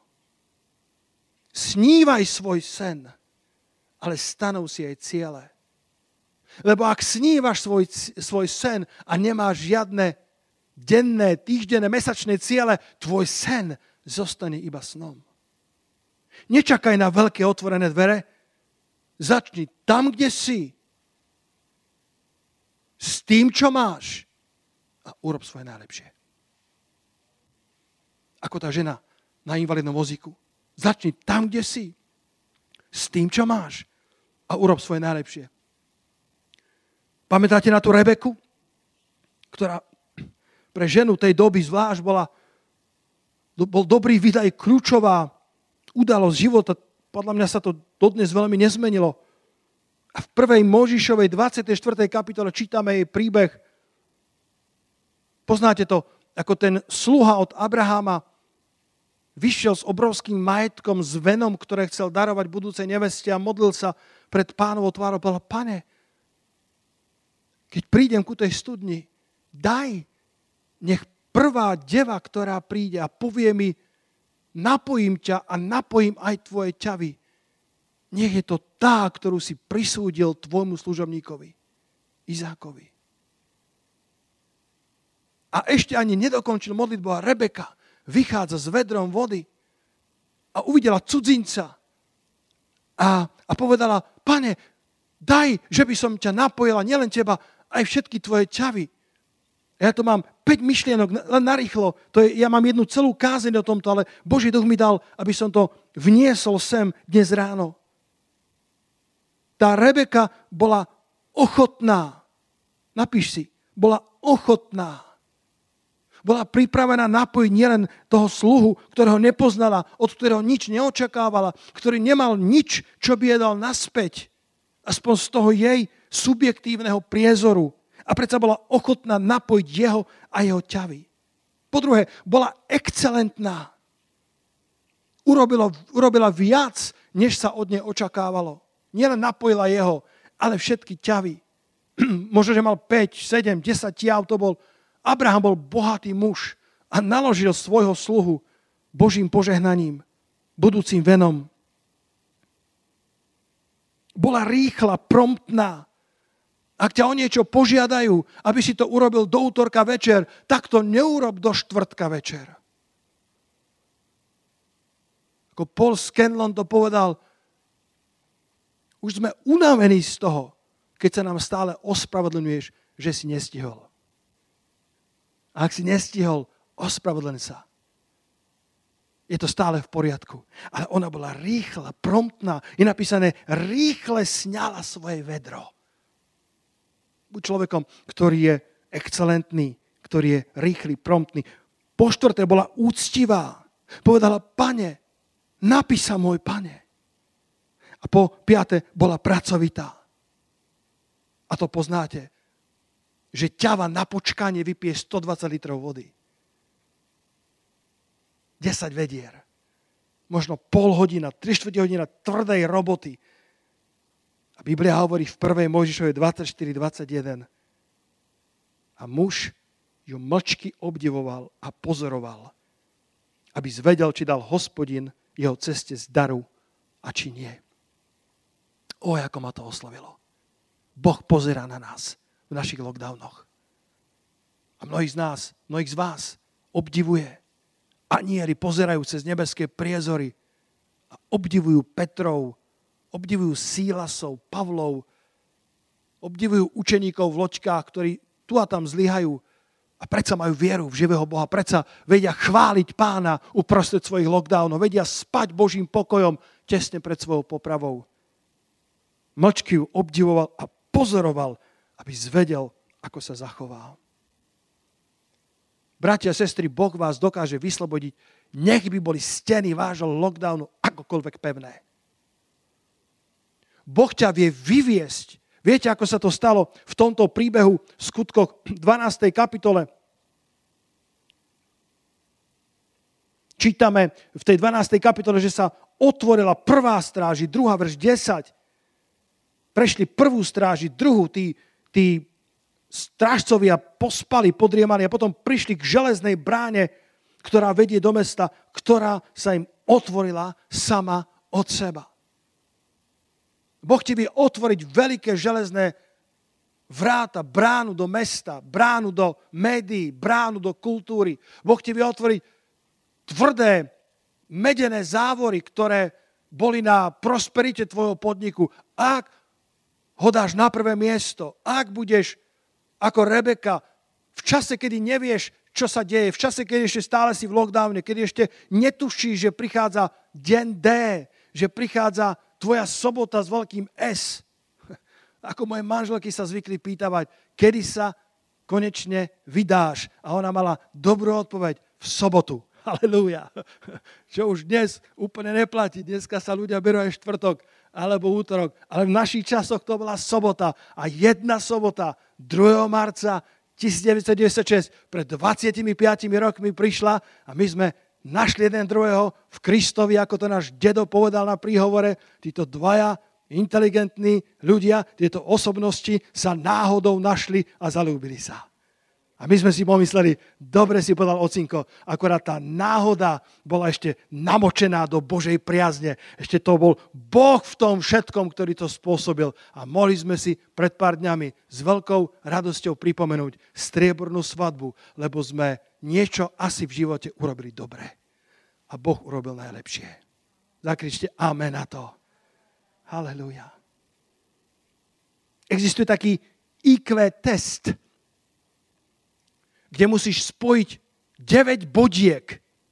Snívaj svoj sen, ale stanov si aj ciele. Lebo ak snívaš svoj, svoj sen a nemáš žiadne denné, týždenné, mesačné ciele, tvoj sen zostane iba snom. Nečakaj na veľké otvorené dvere, začni tam, kde si, s tým, čo máš a urob svoje najlepšie. Ako tá žena na invalidnom vozíku. Začni tam, kde si, s tým, čo máš a urob svoje najlepšie. Pamätáte na tú Rebeku, ktorá pre ženu tej doby zvlášť bola, bol dobrý vid aj kľúčová udalosť života. Podľa mňa sa to dodnes veľmi nezmenilo. A v prvej Mojžišovej dvadsiatej štvrtej kapitole čítame jej príbeh. Poznáte to, ako ten sluha od Abraháma vyšiel s obrovským majetkom, s venom, ktoré chcel darovať budúcej neveste a modlil sa pred Pánovou tvárou. Povedal, Pane, keď prídem ku tej studni, daj, nech prvá deva, ktorá príde a povie mi, napojím ťa a napojím aj tvoje ťavy. Nech je to tá, ktorú si prisúdil tvojmu služobníkovi, Izákovi. A ešte ani nedokončil modlitbu a Rebeka vychádza s vedrom vody a uvidela cudzinca a, a povedala, Pane, daj, že by som ťa napojila, nielen teba, aj všetky tvoje ťavy. Ja to mám päť myšlienok, len narýchlo. To je, ja mám jednu celú kázeň o tomto, ale Boží duch mi dal, aby som to vniesol sem dnes ráno. Tá Rebeka bola ochotná. Napíš si, bola ochotná. Bola pripravená napojiť nielen toho sluhu, ktorého nepoznala, od ktorého nič neočakávala, ktorý nemal nič, čo by jej dal naspäť. Aspoň z toho jej subjektívneho priezoru. A predsa bola ochotná napojiť jeho a jeho ťavy. Po druhé, bola excelentná. Urobila, urobila viac, než sa od nej očakávalo. Nielen napojila jeho, ale všetky ťavy. Možno, že mal päť, sedem, desať ťav, to bol Abraham bol bohatý muž a naložil svojho sluhu Božím požehnaním, budúcim venom. Bola rýchla, promptná. Ak ťa o niečo požiadajú, aby si to urobil do útorka večer, tak to neurob do štvrtka večer. Ako Paul Scanlon to povedal, už sme unavení z toho, keď sa nám stále ospravedlňuješ, že si nestihol. A ak si nestihol, ospravedlň sa. Je to stále v poriadku. Ale ona bola rýchla, promptná. Je napísané, rýchle sňala svoje vedro. Buď človekom, ktorý je excelentný, ktorý je rýchly, promptný. Po štvrté bola úctivá. Povedala, Pane, napí sa môj Pane. A po piate bola pracovitá. A to poznáte, že ťava na počkanie vypije stodvadsať litrov vody. desať vedier. Možno pol hodina, tri štvrte hodina tvrdej roboty. A A Biblia hovorí v prvej Mojžišovej dvadsaťštyri dvadsaťjeden. A muž ju mlčky obdivoval a pozoroval, aby zvedel, či dal Hospodin jeho ceste z daru a či nie. O, ako ma to oslovilo. Boh pozerá na nás v našich lockdownoch. A mnohí z nás, mnohých z vás obdivuje. Anieli pozerajú cez nebeské priezory a obdivujú Petrov, obdivujú Sílasov, Pavlov, obdivujú učeníkov v loďkách, ktorí tu a tam zlyhajú a predsa majú vieru v živého Boha, predsa vedia chváliť Pána uprostred svojich lockdownov, vedia spať Božím pokojom tesne pred svojou popravou. Mlčky ju obdivoval a pozoroval, aby zvedel, ako sa zachová. Bratia a sestry, Boh vás dokáže vyslobodiť, nech by boli steny vášho lockdownu akokoľvek pevné. Boh ťa vie vyviesť. Viete, ako sa to stalo v tomto príbehu v Skutkoch dvanástej kapitole? Čítame v tej dvanástej kapitole, že sa otvorila prvá stráž, druhá verš desať. Prešli prvú stráži, druhú, tí, tí strážcovia pospali, podriemali a potom prišli k železnej bráne, ktorá vedie do mesta, ktorá sa im otvorila sama od seba. Boh ti vie otvoriť veľké železné vráta, bránu do mesta, bránu do médií, bránu do kultúry. Boh ti vie otvoriť tvrdé, medené závory, ktoré boli na prosperite tvojho podniku. Ak ho dáš na prvé miesto, ak budeš ako Rebeka v čase, kedy nevieš, čo sa deje, v čase, keď ešte stále si v lockdowne, keď ešte netušíš, že prichádza deň D, že prichádza tvoja sobota s veľkým S. Ako moje manželky sa zvykli pýtavať, kedy sa konečne vydáš. A ona mala dobrú odpoveď v sobotu. Halelúja. Čo už dnes úplne neplatí. Dneska sa ľudia berú aj štvrtok alebo útorok. Ale v našich časoch to bola sobota. A jedna sobota druhého marca devätnásťstodeväťdesiatšesť pred dvadsiatimi piatimi rokmi prišla a my sme našli jeden druhého v Kristovi, ako to náš dedo povedal na príhovore. Títo dvaja inteligentní ľudia, tieto osobnosti sa náhodou našli a zalúbili sa. A my sme si pomysleli, dobre si povedal ocinko, akorát tá náhoda bola ešte namočená do Božej priazne. Ešte to bol Boh v tom všetkom, ktorý to spôsobil. A mohli sme si pred pár dňami s veľkou radosťou pripomenúť striebornú svadbu, lebo sme niečo asi v živote urobili dobre. A Boh urobil najlepšie. Zakričte amen na to. Halelúja. Existuje taký í kvé test, kde musíš spojiť deväť bodiek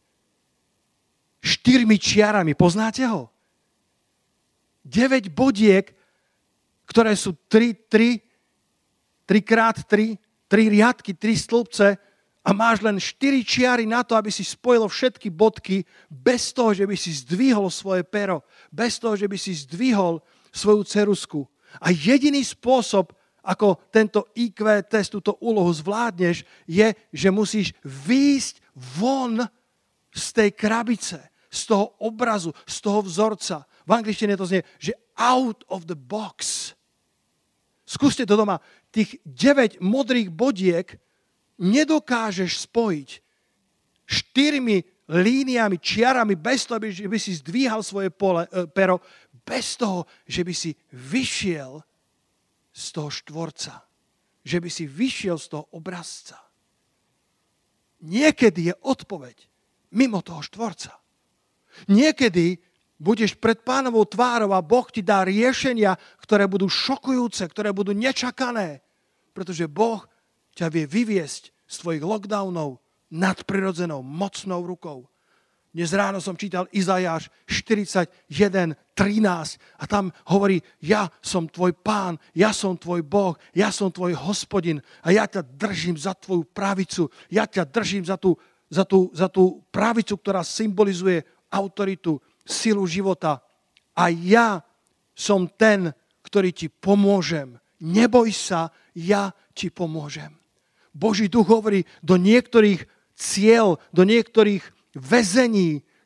štyrmi čiarami. Poznáte ho? deväť bodiek, ktoré sú tri, tri, tri krát tri, tri riadky, tri stĺpce a máš len štyri čiary na to, aby si spojil všetky bodky bez toho, že by si zdvihol svoje pero, bez toho, že by si zdvihol svoju ceruzku. A jediný spôsob, ako tento í kvé test, túto úlohu zvládneš, je, že musíš výjsť von z tej krabice, z toho obrazu, z toho vzorca. V angličtine to znie, že out of the box. Skúste to doma. Tých deväť modrých bodiek nedokážeš spojiť štyrmi líniami, čiarami, bez toho, že by si zdvíhal svoje pole, pero, bez toho, že by si vyšiel z toho štvorca. Že by si vyšiel z toho obrazca. Niekedy je odpoveď mimo toho štvorca. Niekedy budeš pred Pánovou tvárou a Boh ti dá riešenia, ktoré budú šokujúce, ktoré budú nečakané. Pretože Boh ťa vie vyviesť z tvojich lockdownov nadprirodzenou, mocnou rukou. Dnes ráno som čítal Izajáš štyridsaťjeden trinásť a tam hovorí, ja som tvoj Pán, ja som tvoj Boh, ja som tvoj Hospodin a ja ťa držím za tvoju pravicu, ja ťa držím za tú, za tú, za tú pravicu, ktorá symbolizuje autoritu, silu života. A ja som ten, ktorý ti pomôžem. Neboj sa, ja ti pomôžem. Boží duch hovorí do niektorých cieľ, do niektorých väzení,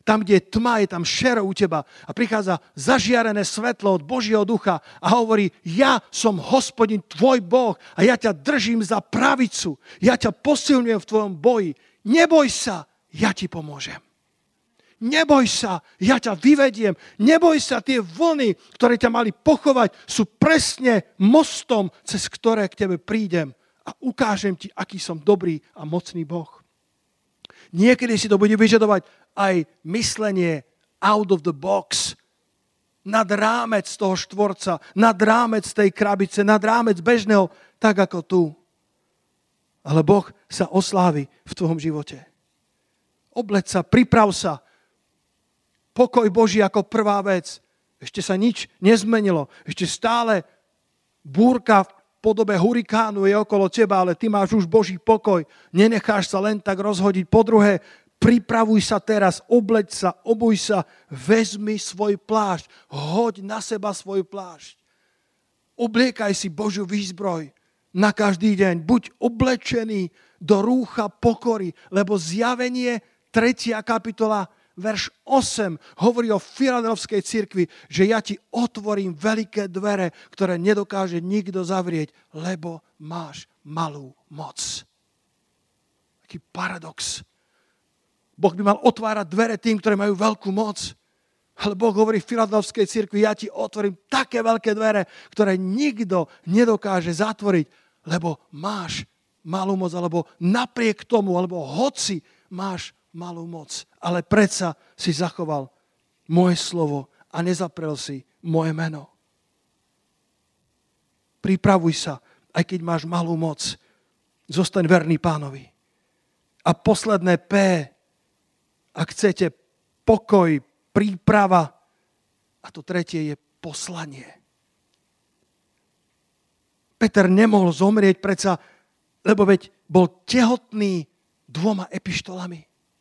Tam, kde je tma, je tam šero u teba a prichádza zažiarené svetlo od Božieho ducha a hovorí, ja som Hospodin, tvoj Boh a ja ťa držím za pravicu. Ja ťa posilňujem v tvojom boji. Neboj sa, ja ti pomôžem. Neboj sa, ja ťa vyvediem. Neboj sa, tie vlny, ktoré ťa mali pochovať, sú presne mostom, cez ktoré k tebe prídem a ukážem ti, aký som dobrý a mocný Boh. Niekedy si to bude vyžadovať aj myslenie out of the box, nad rámec toho štvorca, nad rámec tej krabice, nad rámec bežného, tak ako tu. Ale Boh sa oslávi v tvojom živote. Obleď sa, priprav sa. Pokoj Boží ako prvá vec. Ešte sa nič nezmenilo. Ešte stále búrka v podobe hurikánu je okolo teba, ale ty máš už Boží pokoj. Nenecháš sa len tak rozhodiť. Po druhé, pripravuj sa teraz, obleď sa, obuj sa, vezmi svoj plášť, hoď na seba svoj plášť. Obliekaj si Božiu výzbroj na každý deň. Buď oblečený do rúcha pokory, lebo Zjavenie tretia kapitola, verš osem, hovorí o Filadelfskej cirkvi, že ja ti otvorím veľké dvere, ktoré nedokáže nikto zavrieť, lebo máš malú moc. Taký paradox. Boh by mal otvárať dvere tým, ktorí majú veľkú moc. Ale Boh hovorí v Filadelfskej cirkvi, ja ti otvorím také veľké dvere, ktoré nikto nedokáže zatvoriť, lebo máš malú moc, alebo napriek tomu, alebo hoci máš malú moc. Ale predsa si zachoval moje slovo a nezaprel si moje meno. Pripravuj sa, aj keď máš malú moc. Zostaň verný Pánovi. A posledné P, ak chcete, pokoj, príprava. A to tretie je poslanie. Peter nemohol zomrieť predsa, lebo veď bol tehotný dvoma epištolami.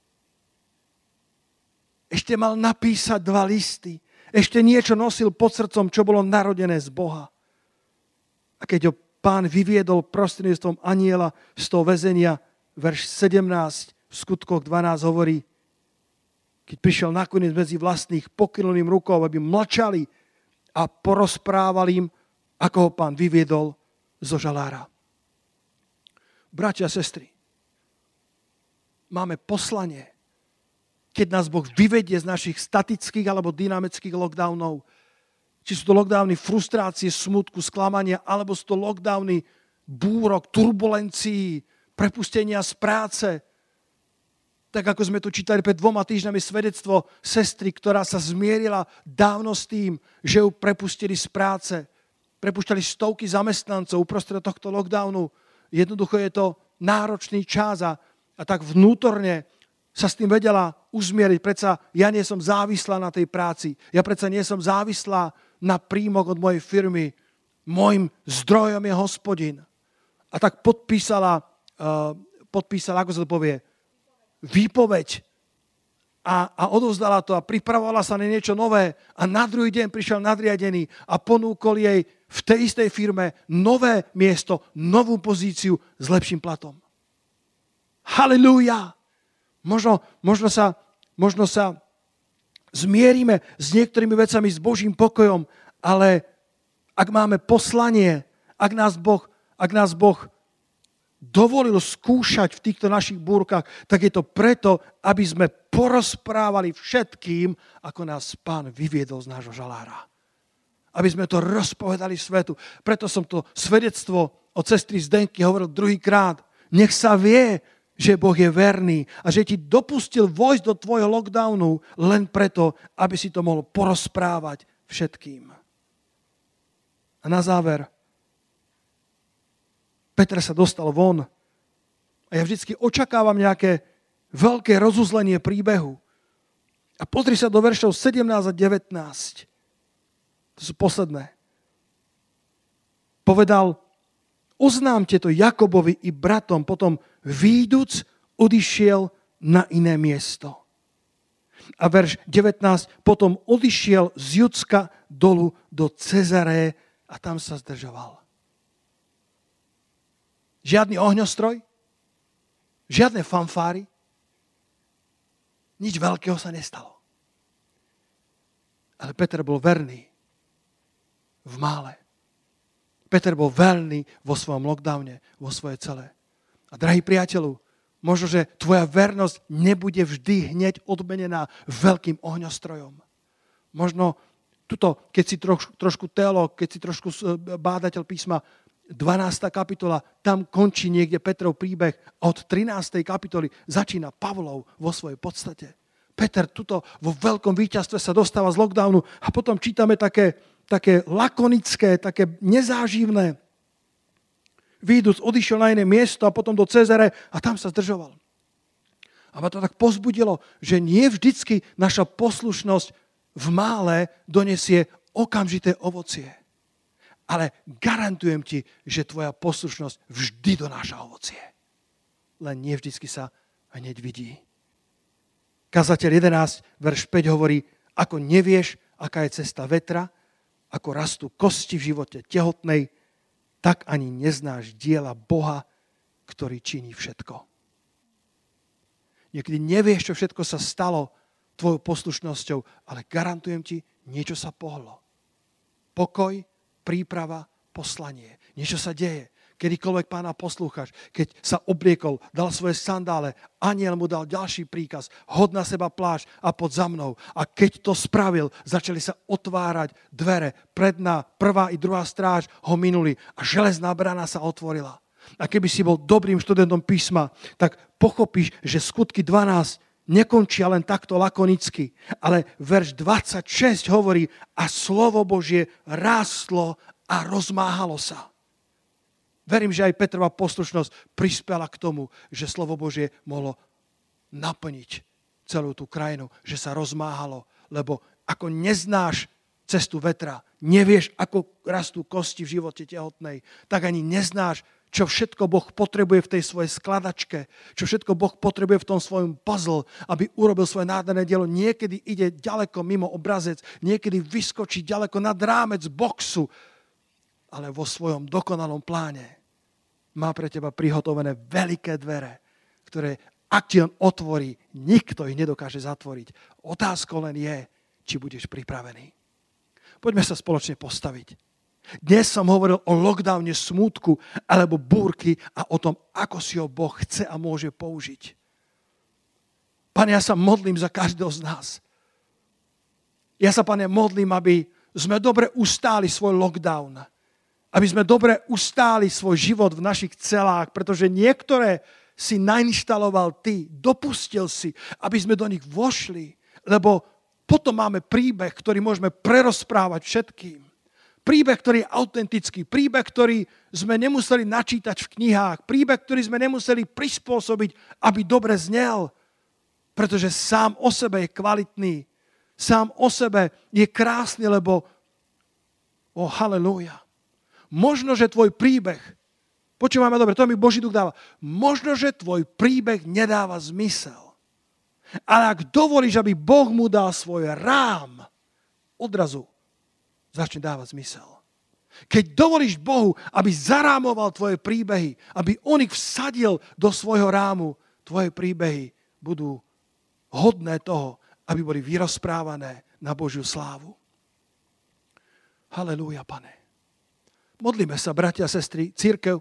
Ešte mal napísať dva listy. Ešte niečo nosil pod srdcom, čo bolo narodené z Boha. A keď ho Pán vyviedol prostredníctvom anjela z toho väzenia, verš sedemnásť v skutkoch dvanásť hovorí, keď prišiel nakoniec medzi vlastných, pokynul im rukou, aby mlčali a porozprávali im, ako ho Pán vyviedol zo žalára. Bratia a sestry, máme poslanie, keď nás Boh vyvedie z našich statických alebo dynamických lockdownov. Či sú to lockdowny frustrácie, smutku, sklamania, alebo sú to lockdowny búrok, turbulencií, prepustenia z práce. Tak ako sme tu čítali pred dvoma týždňami svedectvo sestry, ktorá sa zmierila dávno s tým, že ju prepustili z práce. Prepušťali stovky zamestnancov uprostred tohto lockdownu. Jednoducho je to náročný čas a, a tak vnútorne sa s tým vedela uzmieriť. Predsa ja nie som závislá na tej práci. Ja predsa nie som závislá na príjmok od mojej firmy. Mojím zdrojom je Hospodin. A tak podpísala, uh, podpísala, ako sa to povie, výpoveď a, a odovzdala to a pripravovala sa na niečo nové a na druhý deň prišiel nadriadený a ponúkol jej v tej istej firme nové miesto, novú pozíciu s lepším platom. Halelúja! Možno, možno, sa, možno sa zmierime s niektorými vecami s Božím pokojom, ale ak máme poslanie, ak nás Boh, ak nás Boh dovolil skúšať v týchto našich búrkach, tak je to preto, aby sme porozprávali všetkým, ako nás Pán vyviedol z nášho žalára. Aby sme to rozpovedali svetu. Preto som to svedectvo od sestry Zdenky hovoril druhýkrát. Nech sa vie, že Boh je verný a že ti dopustil vojsť do tvojho lockdownu len preto, aby si to mohol porozprávať všetkým. A na záver, Peter sa dostal von a ja vždycky očakávam nejaké veľké rozuzlenie príbehu. A pozri sa do veršov sedemnásť a devätnásť. To sú posledné. Povedal, oznámte to Jakobovi i bratom, potom výjduc odišiel na iné miesto. A verš devätnásť, potom odišiel z Judska dolu do Cezaré a tam sa zdržoval. Žiadny ohňostroj, žiadne fanfáry, Nič veľkého sa nestalo. Ale Peter bol verný v mále. Peter bol verný vo svojom lockdowne, vo svojej cele. A drahý priateľu, možno, že tvoja vernosť nebude vždy hneď odmenená veľkým ohňostrojom. Možno tuto, keď si troš, trošku teológ, keď si trošku bádateľ písma, dvanásta kapitola, tam končí niekde Petrov príbeh a od trinástej kapitoly začína Pavlov vo svojej podstate. Peter tuto vo veľkom víťazstve sa dostáva z lockdownu a potom čítame také, také lakonické, také nezáživné. Výjdúc, odišiel na iné miesto a potom do Cezare a tam sa zdržoval. A ma to tak pozbudilo, že nie vždycky naša poslušnosť v mále donesie okamžité ovocie. Ale garantujem ti, že tvoja poslušnosť vždy donáša ovocie. Len nie vždycky sa hneď vidí. Kazateľ jedenásť, verš päť hovorí, ako nevieš, aká je cesta vetra, ako rastú kosti v živote tehotnej, tak ani neznáš diela Boha, ktorý činí všetko. Niekedy nevieš, čo všetko sa stalo tvojou poslušnosťou, ale garantujem ti, niečo sa pohlo. Pokoj, príprava, poslanie. Niečo sa deje. Kedykoľvek Pána poslúchaš, keď sa obliekol, dal svoje sandále, anjel mu dal ďalší príkaz, hod na seba plášť a pod za mnou. A keď to spravil, začali sa otvárať dvere. Predná, prvá i druhá stráž ho minuli a železná brána sa otvorila. A keby si bol dobrým študentom písma, tak pochopíš, že skutky dvanásť nekončia len takto lakonicky, ale verš dvadsaťšesť hovorí, a slovo Božie rástlo a rozmáhalo sa. Verím, že aj Petrova poslušnosť prispela k tomu, že slovo Božie mohlo naplniť celú tú krajinu, že sa rozmáhalo, lebo ako neznáš cestu vetra, nevieš, ako rastú kosti v živote tehotnej, tak ani neznáš, čo všetko Boh potrebuje v tej svojej skladačke, čo všetko Boh potrebuje v tom svojom puzzle, aby urobil svoje nádherné dielo. Niekedy ide ďaleko mimo obrazec, niekedy vyskočí ďaleko nad rámec boxu, ale vo svojom dokonalom pláne má pre teba prihotovené veľké dvere, ktoré, ak ti on otvorí, nikto ich nedokáže zatvoriť. Otázkou len je, či budeš pripravený. Poďme sa spoločne postaviť. Dnes som hovoril o lockdowne smútku alebo búrky a o tom, ako si ho Boh chce a môže použiť. Pane, ja sa modlím za každého z nás. Ja sa, Pane, modlím, aby sme dobre ustáli svoj lockdown. Aby sme dobre ustáli svoj život v našich celách, pretože niektoré si nainštaloval ty, dopustil si, aby sme do nich vošli, lebo potom máme príbeh, ktorý môžeme prerozprávať všetkým. Príbeh, ktorý je autentický, príbeh, ktorý sme nemuseli načítať v knihách, príbeh, ktorý sme nemuseli prispôsobiť, aby dobre znel, pretože sám o sebe je kvalitný, sám o sebe je krásny, lebo oh, halelúja. Možno, že tvoj príbeh, počúvame dobre, to mi Boží duch dáva, možno, že tvoj príbeh nedáva zmysel. Ale ak dovolíš, aby Boh mu dal svoj rám, odrazu začne dávať zmysel. Keď dovolíš Bohu, aby zarámoval tvoje príbehy, aby on ich vsadil do svojho rámu, tvoje príbehy budú hodné toho, aby boli vyrozprávané na Božiu slávu. Halelúja, Pane. Modlíme sa, bratia a sestry, cirkev.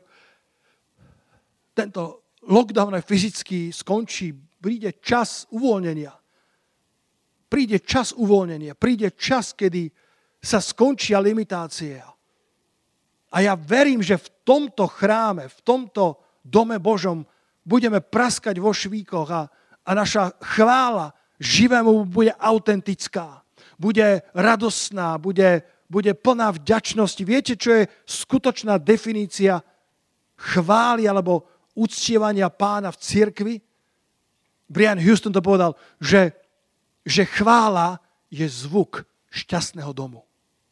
Tento lockdown aj fyzicky skončí. Príde čas uvoľnenia. Príde čas uvoľnenia. Príde čas, kedy sa skončia limitácie. A ja verím, že v tomto chráme, v tomto dome Božom budeme praskať vo švíkoch a, a naša chvála živému bude autentická. Bude radosná, bude bude plná vďačnosti. Viete, čo je skutočná definícia chvály alebo uctievania Pána v cirkvi? Brian Houston to povedal, že, že chvála je zvuk šťastného domu.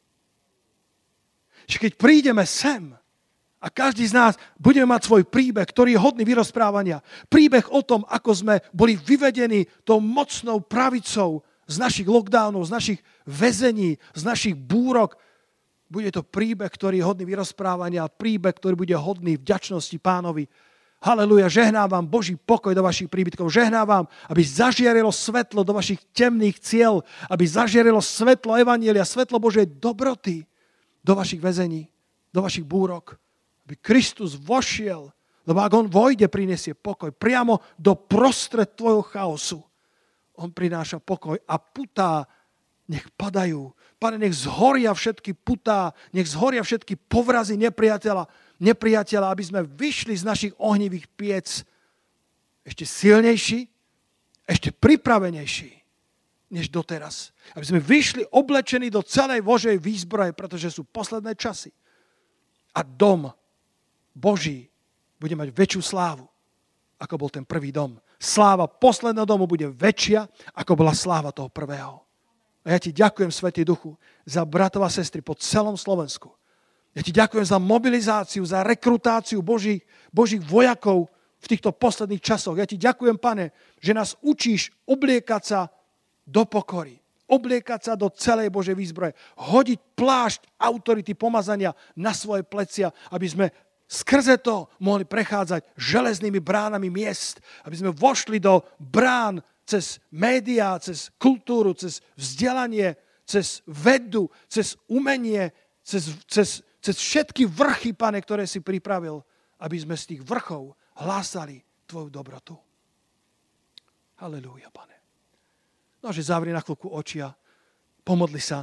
Že keď prídeme sem a každý z nás budeme mať svoj príbeh, ktorý je hodný vyrozprávania, príbeh o tom, ako sme boli vyvedení tou mocnou pravicou z našich lockdownov, z našich väzení, z našich búrok. Bude to príbeh, ktorý je hodný vyrozprávania, príbeh, ktorý bude hodný vďačnosti Pánovi. Haleluja, žehnávam Boží pokoj do vašich príbytkov. Žehnávam, aby zažiarilo svetlo do vašich temných ciel, aby zažiarilo svetlo evanjelia, svetlo Božej dobroty do vašich väzení, do vašich búrok. Aby Kristus vošiel, lebo ak on vojde, prinesie pokoj priamo do prostred tvojho chaosu. On prináša pokoj a putá nech padajú. Pane, nech zhoria všetky putá, nech zhoria všetky povrazy nepriateľa, nepriateľa, aby sme vyšli z našich ohnivých piec ešte silnejší, ešte pripravenejší, než doteraz. Aby sme vyšli oblečení do celej Božej výzbroje, pretože sú posledné časy. A dom Boží bude mať väčšiu slávu, ako bol ten prvý dom. Sláva posledného domu bude väčšia, ako bola sláva toho prvého. A ja ti ďakujem, Svätý Duchu, za bratov a sestry po celom Slovensku. Ja ti ďakujem za mobilizáciu, za rekrutáciu Božích, Božích vojakov v týchto posledných časoch. Ja ti ďakujem, Pane, že nás učíš obliekať sa do pokory. Obliekať sa do celej Božej výzbroje. Hodiť plášť autority pomazania na svoje plecia, aby sme skrze to mohli prechádzať železnými bránami miest. Aby sme vošli do brán cez médiá, cez kultúru, cez vzdelanie, cez vedu, cez umenie, cez, cez, cez všetky vrchy, Pane, ktoré si pripravil, aby sme z tých vrchov hlásali tvoju dobrotu. Halelúja, Pane. No, že zavri na chvíľku oči a pomodli sa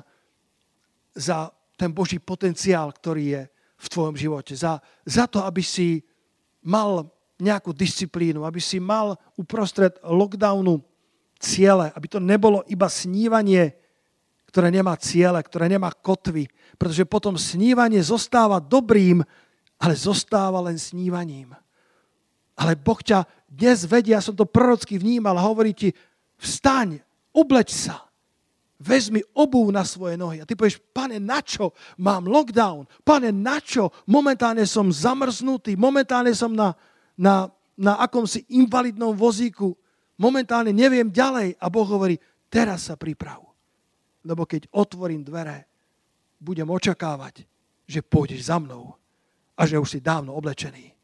za ten Boží potenciál, ktorý je v tvojom živote. Za, za to, aby si mal nejakú disciplínu, aby si mal uprostred lockdownu ciele, aby to nebolo iba snívanie, ktoré nemá ciele, ktoré nemá kotvy, pretože potom snívanie zostáva dobrým, ale zostáva len snívaním. Ale Boh ťa dnes vedie, ja som to prorocky vnímal, a hovorí ti, vstaň, obleč sa, vezmi obuv na svoje nohy. A ty povieš, Pane, na čo mám lockdown? Pane, na čo? Momentálne som zamrznutý, momentálne som na, na, na akomsi invalidnom vozíku, momentálne neviem ďalej. A Boh hovorí, teraz sa priprav. Lebo keď otvorím dvere, budem očakávať, že pôjdeš za mnou a že už si dávno oblečený.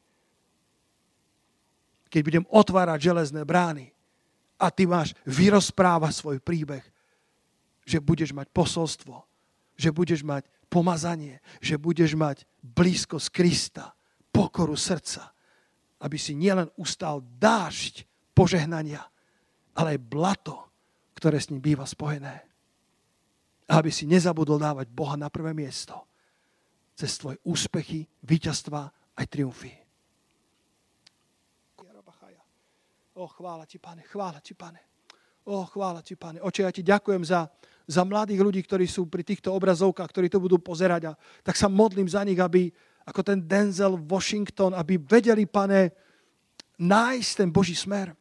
Keď budem otvárať železné brány a ty máš vyrozprávať svoj príbeh, že budeš mať posolstvo, že budeš mať pomazanie, že budeš mať blízkosť Krista, pokoru srdca, aby si nielen ustal dážď požehnania, ale aj blato, ktoré s ním býva spojené. A aby si nezabudol dávať Boha na prvé miesto cez tvoje úspechy, víťazstva aj triumfy. O, chvála ti, Pane, chvála ti, Pane. O, chvála ti, Pane. Oče, ja ti ďakujem za, za mladých ľudí, ktorí sú pri týchto obrazovkách, ktorí to budú pozerať. A tak sa modlím za nich, aby, ako ten Denzel Washington, aby vedeli, Pane, nájsť ten Boží smer.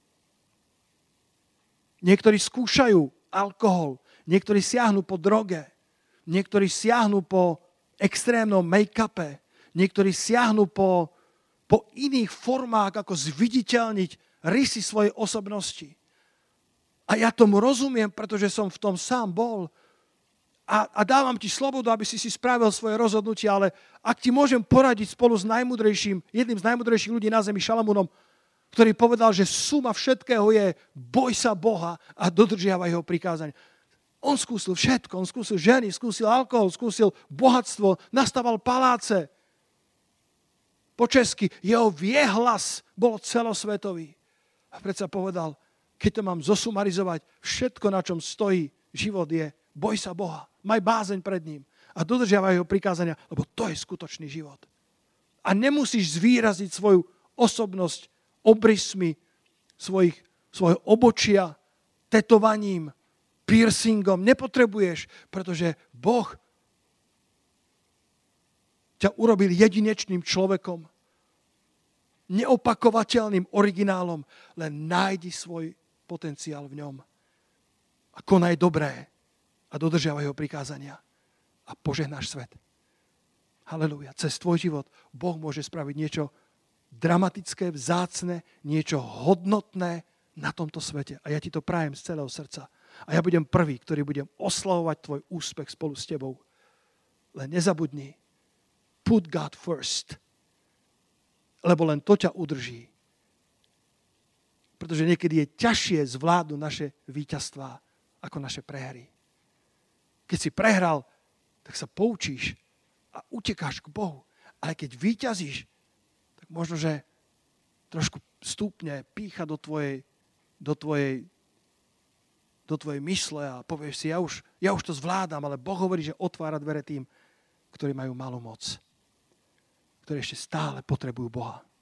Niektorí skúšajú alkohol, niektorí siahnu po droge, niektorí siahnu po extrémnom make-upe, niektorí siahnu po, po iných formách, ako zviditeľniť rysy svojej osobnosti. A ja tomu rozumiem, pretože som v tom sám bol. A, a dávam ti slobodu, aby si si spravil svoje rozhodnutie, ale ak ti môžem poradiť spolu s najmudrejším, jedným z najmudrejších ľudí na zemi, Šalamúnom, ktorý povedal, že suma všetkého je boj sa Boha a dodržiavaj jeho prikázania. On skúsil všetko, on skúsil ženy, skúsil alkohol, skúsil bohatstvo, nastaval paláce. Po česky, jeho viehlas bol celosvetový. A predsa povedal, keď to mám zosumarizovať, všetko, na čom stojí život je, boj sa Boha, maj bázeň pred ním a dodržiavaj jeho prikázania, lebo to je skutočný život. A nemusíš zvýraziť svoju osobnosť obrysmi svojich, svojho obočia, tetovaním, piercingom. Nepotrebuješ, pretože Boh ťa urobil jedinečným človekom, neopakovateľným originálom, len nájdi svoj potenciál v ňom a konaj dobré a dodržiavaj jeho prikázania a požehnáš svet. Halelúja. Cez tvoj život Boh môže spraviť niečo dramatické, vzácne, niečo hodnotné na tomto svete. A ja ti to prajem z celého srdca. A ja budem prvý, ktorý budem oslavovať tvoj úspech spolu s tebou. Len nezabudni, put God first. lebo len to ťa udrží. Pretože niekedy je ťažšie zvládnuť naše víťazstvá ako naše prehry. Keď si prehral, tak sa poučíš a utekáš k Bohu. Ale keď víťazíš, tak možno, že trošku stúpne pýcha do tvojej, do tvojej, do tvojej mysle a povieš si, ja už, ja už to zvládam, ale Boh hovorí, že otvára dvere tým, ktorí majú malú moc. Ktorí ešte stále potrebujú Boha.